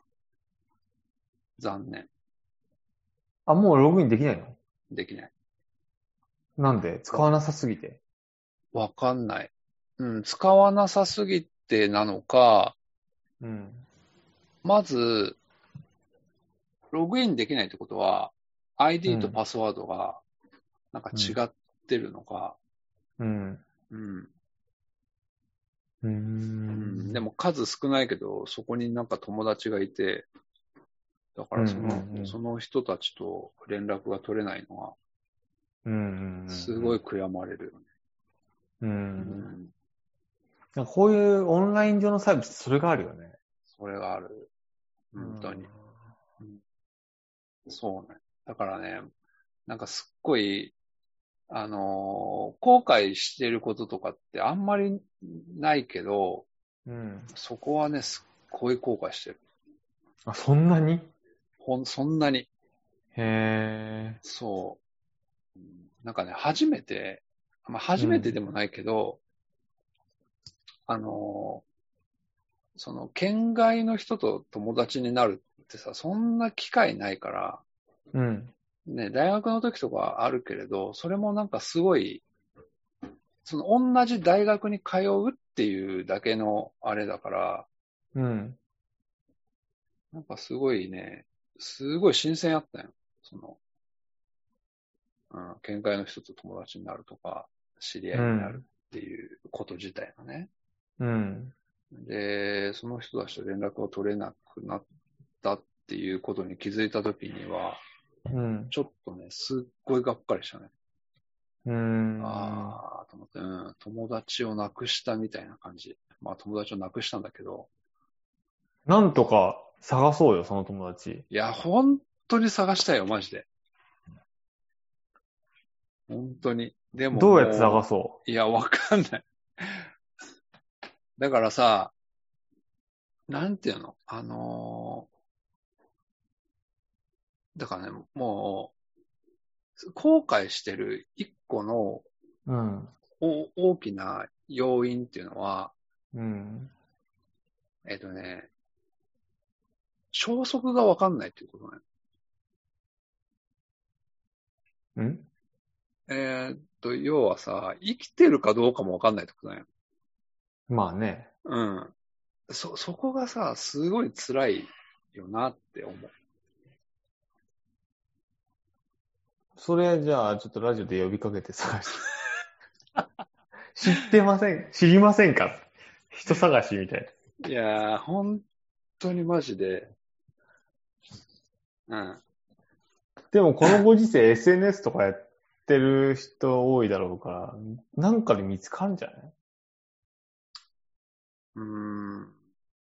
残念。 あ、もうログインできないのできない。 なんで使わなさすぎて。 わかんない。うん、使わなさすぎてなのか、 うん。 まず、ログインできないってことは、アイディー とパスワードが、なんか違ってるのか、 うん。 うん。 うー。 うんん、でも数少ないけど、そこになんか友達がいて、だからその、 うんうんうんその人たちと連絡が取れないのは、 うん。 すごい悔やまれるよね。 う。 うんん。 なんかこういうオンライン上のサービス、それがあるよね。 それがある。本当に。そうね。だからね、なんかすっごい、あのー後悔してることとかってあんまりないけど、 うん。 そこはね、すっごい後悔してる。 あ、そんなにほん、そんなに。 へそう。うんなんかね、初めて、まあ初めてでもないけど、あのーその、県外の人と友達になるってさ、そんな機会ないから、 ー。うん。 ね、大学の時とかあるけれど、それもなんかすごい、その同じ大学に通うっていうだけのあれだから、 うん。 なんかすごいね、すごい新鮮やったよ。その、うん、見解の人と友達になるとか、知り合いになるっていうこと自体がね。 うん。 で、その人たちと連絡を取れなくなったっていうことに気づいたときには、 うん。 ちょっとね、すっごいがっかりしたね。 うーん。 ああ、と思って、うん、友達を亡くしたみたいな感じ。まあ友達を亡くしたんだけど、 なんとか探そうよ、その友達。 いや、本当に探したよ、マジで。本当に。でも、 どうやって探そそういや、わかんない。だからさ、なんていうのあのーだからね、もう、後悔してる一個のう。うん。 お大きな要因っていうのは、 うん。 えっとね、消息がわかんないっていうことね。 んえーっと、要はさ、生きてるかどうかもわかんないってことだよ。 まあね。 うん。そ、そこがさ、すごい辛いよなって思う。 それじゃあ、ちょっとラジオで呼びかけて探して。知ってません知りませんか人探しみたいいやー、本当にマジで。うん。 な。でもこのご時世 エスエヌエス とかやってる人多いだろうから、なんかで見つかるんじゃないうーん。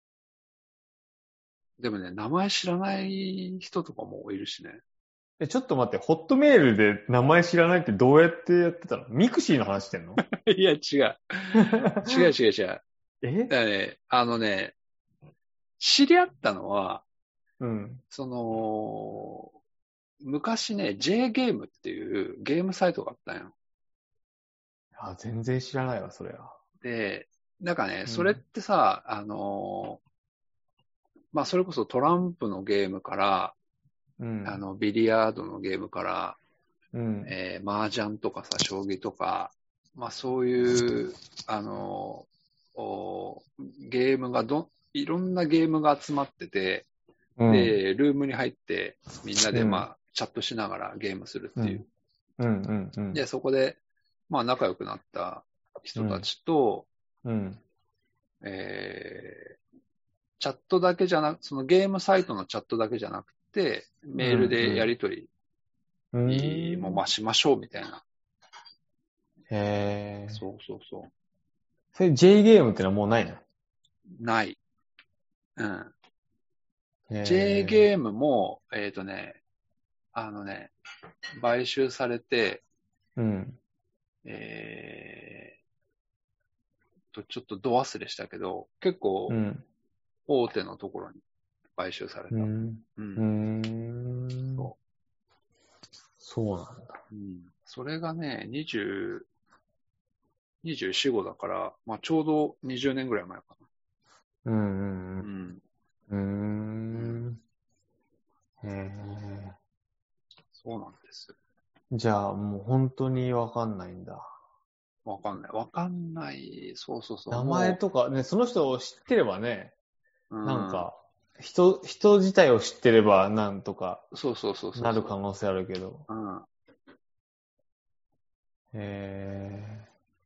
でもね、名前知らない人とかもいるしね。 え、ちょっと待って、ホットメールで名前知らないってどうやってやってたの？ミクシーの話してんの？ いや、違う。違う違う違う。 えだからね、あのね、知り合ったのは、 うん。 その、昔ね、J ゲームっていうゲームサイトがあったんよ。 あ、全然知らないわ、それは。 で、なんかね、 うんそれってさ、あのーまあ、それこそトランプのゲームから、 うん。 あの、ビリヤードのゲームから、 うん。 えー、麻雀とかさ、将棋とか、まあ、そういう、あのーおゲームがど、いろんなゲームが集まってて、 うん、 で、ルームに入って、みんなで、 うんまあ、チャットしながらゲームするっていう。 うん、うん、うん。 で、そこで、まあ、仲良くなった人たちと、 うん。 えー、チャットだけじゃなく、そのゲームサイトのチャットだけじゃなくて、メールでやり取うん。 りもまあしましょうみたいな。 へー。 そうそうそそれ J ゲームってのはもうないの？ う。ない。うん。 へー J ゲームも、えっとね、あのね、買収されて、 うん。 えーと、ちょっとど忘れしたけど、結構うん。 大手のところに買収された。うん。 うん。うーん。 そそうなんだ。 う。うん。それがね、にじゅう、にじゅうよん、ごだから、まあちょうどにじゅうねんぐらい前かうんうな。 んうん。うーん。へー。 そうなんですよ。 じゃあもう本当にわかんないんだ。 わかんない。わかんない。そうそうそう。 名前とか、ね、その人を知ってればね、 もうなんか、人、人自体を知ってればなんとかうん、そうそうそうそう。 なる可能性あるけど。 うん。 へ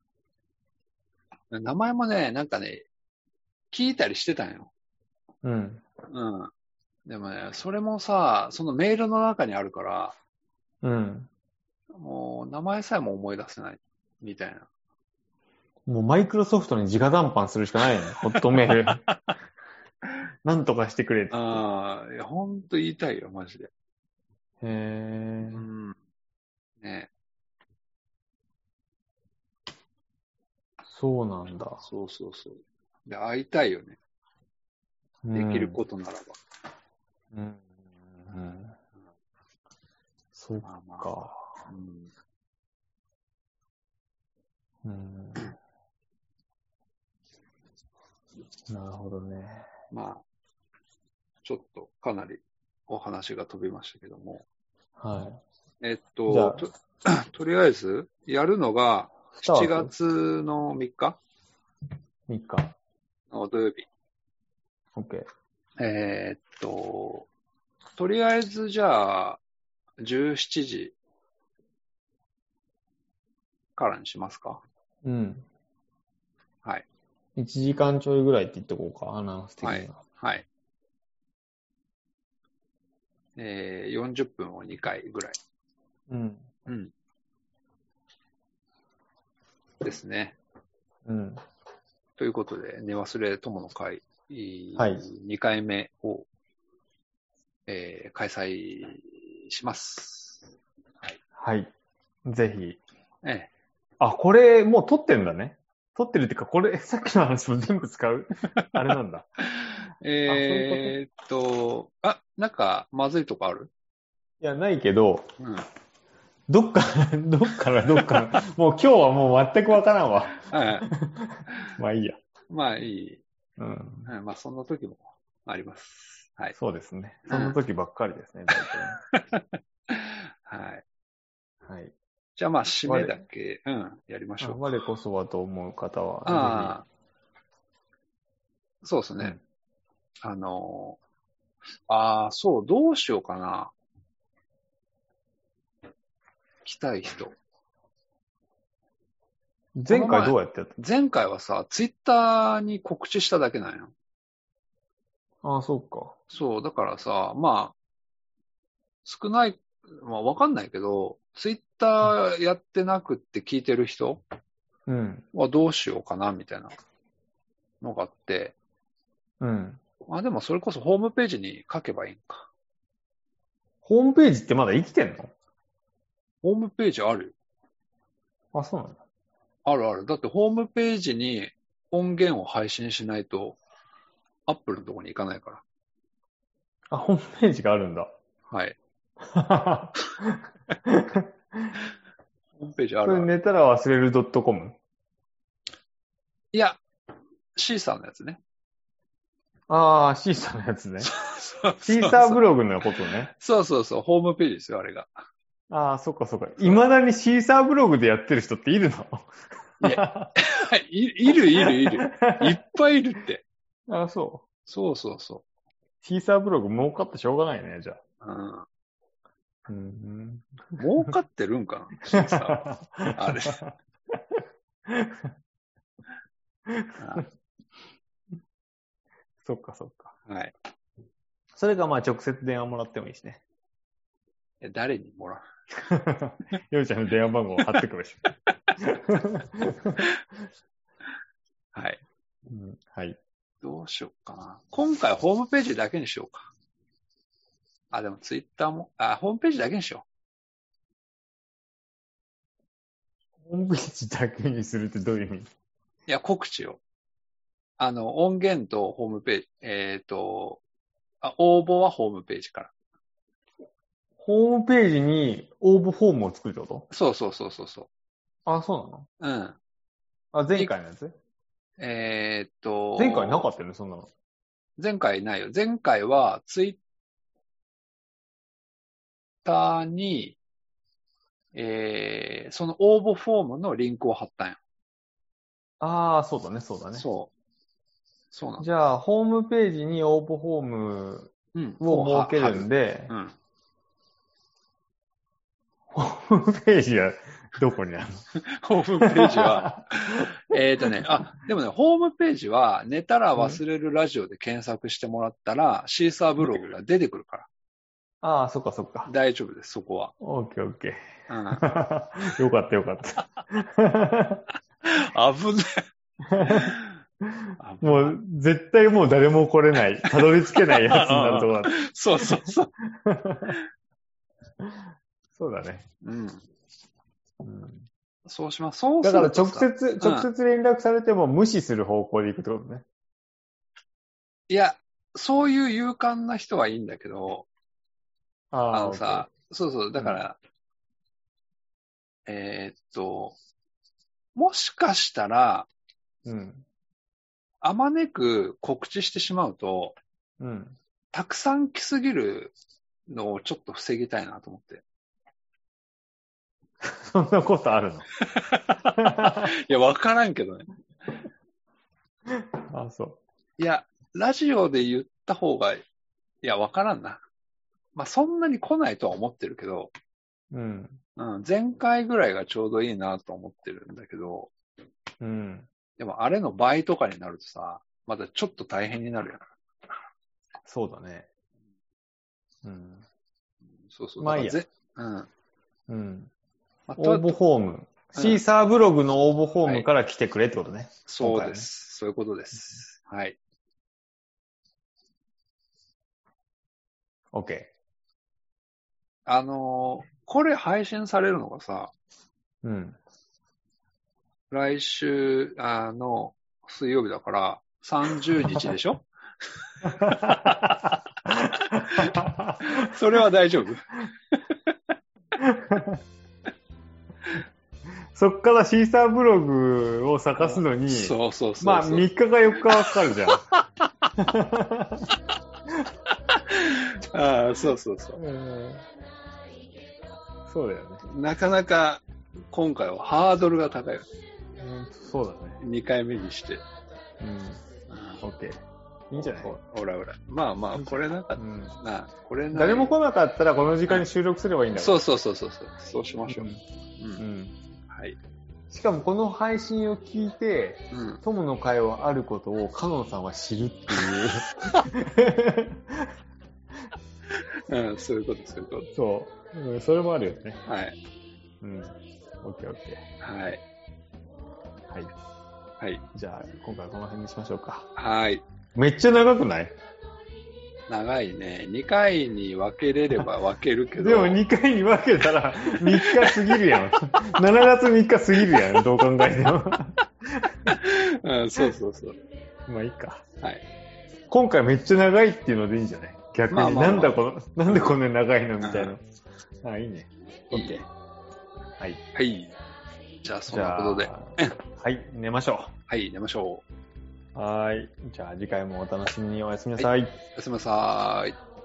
名前もね、なんかね、聞いたりしてたんよ。 ー。うん。 うん。でもね、それもさ、そのメールの中にあるから、 うん。 もう名前さえも思い出せない、みたいな。 もうマイクロソフトに直談判するしかないよね。ホットメール。なんとかしてくれって。 ああ、いや、ほんと言いたいよ、マジで。 へー。 うん。ね。 そうなんだ。 そうそうそう。で、会いたいよね。できることならば。 うん。うん。うん。そっまあまあか。 うん。 うん。なるほどね。 まあ、ちょっとかなりお話が飛びましたけども。 はえっじゃと、 あと、とりあえず、やるのがい。 しちがつのみっかみっか。 の土曜日。 OK。 えーっと、とりあえずじゃあ、じゅうしちじからにしますか。 うん。 はい。 いちじかんちょいぐらいって言っとこうか、アナウンス的には。 はい。えー、よんじゅっぷんをにかいぐらい。 うん。 うん。ですね。 うん。 ということで、寝忘れ友の会、 はい。 にかいめを、えー、開催します。はい。 はい。ぜひ。 ええ。 あ、これもう撮ってんだね。撮ってるっていうか、これ、さっきの話も全部使うあれなんだ。 えーっと、あ、なんか、まずいとこある？ いや、ないけど、 うん。 どっか、どっからどっから、もう今日はもう全くわからんわ。 はい。 まあいいや。 まあいい。 うん。 うん、まあそんな時もあります。はい。 そうですね。その時ばっかりですね、大体ね。 はい。 はい。 じゃあまあ締めだけ、うん、やりましょうか。 我こそはと思う方は、 ああ。そうですぜひ。 ね。うん、あのー、ああ、そう、どうしようかな。来たい人。 前回どうやってやった？ 前回はさ、ツイッターに告知しただけなんよ。 ああ、そうか。 そう、だからさ、まあ、少ない、まあわかんないけど、ツイッターやってなくって聞いてる人うん。 はどうしようかな、みたいなのがあって。 うん。 まあでもそれこそホームページに書けばいいんか。 ホームページってまだ生きてんの？ ホームページあるよ。 あ、そうなんだ。 あるある。だってホームページに音源を配信しないと、アップルのとこに行かないから。 あ、ホームページがあるんだ。 はい。ホームページあるある。 それ寝たら忘れる .com？ いや、シーサーのやつね。 ああ、シーサーのやつね。 そうそうシーサーブログのことね。 そうそうそう、ホームページですよ、あれが。 ああ、そっかそっか。未だにシーサーブログでやってる人っているの？ いや、いいるいるいる。いっぱいいるって。 ああ、そう。 そうそうそシーサーブログ儲かってしょうがないね、じゃう。 あ。うん。 儲かってるんかな、シーサー。あれ。あそっかそっか。 はい。 それがまあ直接電話もらってもいいしね。 え誰にもらう？ ようちゃんの電話番号を貼ってくるし。 はい、 うん。はい。 どうしようかな。今回ホームページだけにしようか。あ、でもツイッターも、あ、ホームページだけにしよホームページだけにするってどういう意味？ う。いや、告知を。あの、音源とホームページ、えっ、ー、とあ、応募はホームページから。 ホームページに応募フォームを作るってこと？ そうそうそうそうそう。 あ、そうなの？ うん。 あ、前回のやつ？ えーっと、 前回なかったよね、そんなの。 前回ないよ。前回はツイッターに、えー、その応募フォームのリンクを貼ったんよ。 ああ、そうだね、そうだね。 そう。そうなんだ。 じゃあ、ホームページに応募フォームうん。 を設けるんで、 うん。 ホームページはどこにあるの？ ホームページは、えっとね、あ、でもね、ホームページは寝たら忘れるラジオで検索してもらったら、シーサーブログが出てくるから。 ああ、そっかそっか。 大丈夫です、そこは。 オッケーオッケうん。 ー。よかったよかった。 危ねえ。 もう、絶対もう誰も来れない。たどり着けないやつになるところだった。 そうそうそう。 そうだね。 うん。 うん、 そうします。そうすだるとから直接、直接連絡されても無視する方向で行くってことね。 いや、そういう勇敢な人はいいんだけど、 ああのさ、そうそう、だから、うん、えー、っと、もしかしたら、 うん。 あまねく告知してしまうと、 うん。 たくさん来すぎるのをちょっと防ぎたいなと思って。 そんなことあるの？ いや、わからんけどね。 あ、そう。 いや、 ラジオで言った方が、いや、わからんな。まあ、そんなに来ないとは思ってるけど、 うん。 うん、前回ぐらいがちょうどいいなと思ってるんだけど、 うん。 でもあれの倍とかになるとさ、まだちょっと大変になるやん。 そうだね。うん。 そうそう。 まあいいやだからぜうん。 うん。 まあ、 応募フォーム。 うんシーサーブログの応募フォームから来てくれってことね。 そう今回はねです。そういうことです。はい。 OK。 あのーこれ配信されるのがさ、 うん。 来週、あの、水曜日だから、さんじゅうにちでしょそれは大丈夫？ そっからシーサーブログを探すのに、 そうそうそうそう。 まあみっかかよっかはかかるじゃん。 ああ、そうそうそう。 うんそうだよね。 なかなか、今回はハードルが高いよね。 うんそうだね。 にかいめにして。 うん。OK。いいんじゃない？ ほほらほら。まあまあ、これなんか、 うんなあ、これな誰も来なかったらこの時間に収録すればいいんだから。 そうそうそうそうそう。そうしましょう。 ううん。 ん。 はい。 しかもこの配信を聞いて、 うん。 友の会話あることをカノンさんは知るっていう。 うん、そういうこと、そういうこそう、うん。それもあるよね。 と。はい。 うん。オッケーオッケはい。 ー。はい。 はい。 じゃあ、今回はこの辺にしましょうか。 はい。 めっちゃ長くない？ 長いね。にかいに分けれれば分けるけど。 でもにかいに分けたらみっか過ぎるやん。しちがつみっか過ぎるやん、どう考えても。 うん、そうそうそう。 まあいいか。 はい。 今回めっちゃ長いっていうのでいいんじゃない？逆に。 まあまあまあなんだこの、なんでこんなに長いのみたいな。ああ、いいね。オッケー。はい。 はい。じゃあ、そんなことで。 じゃあはい、寝ましょはい、寝ましょう。 う。はーい。じゃあ次回もお楽しみに。おやすみなさい。 おやすみなさーい。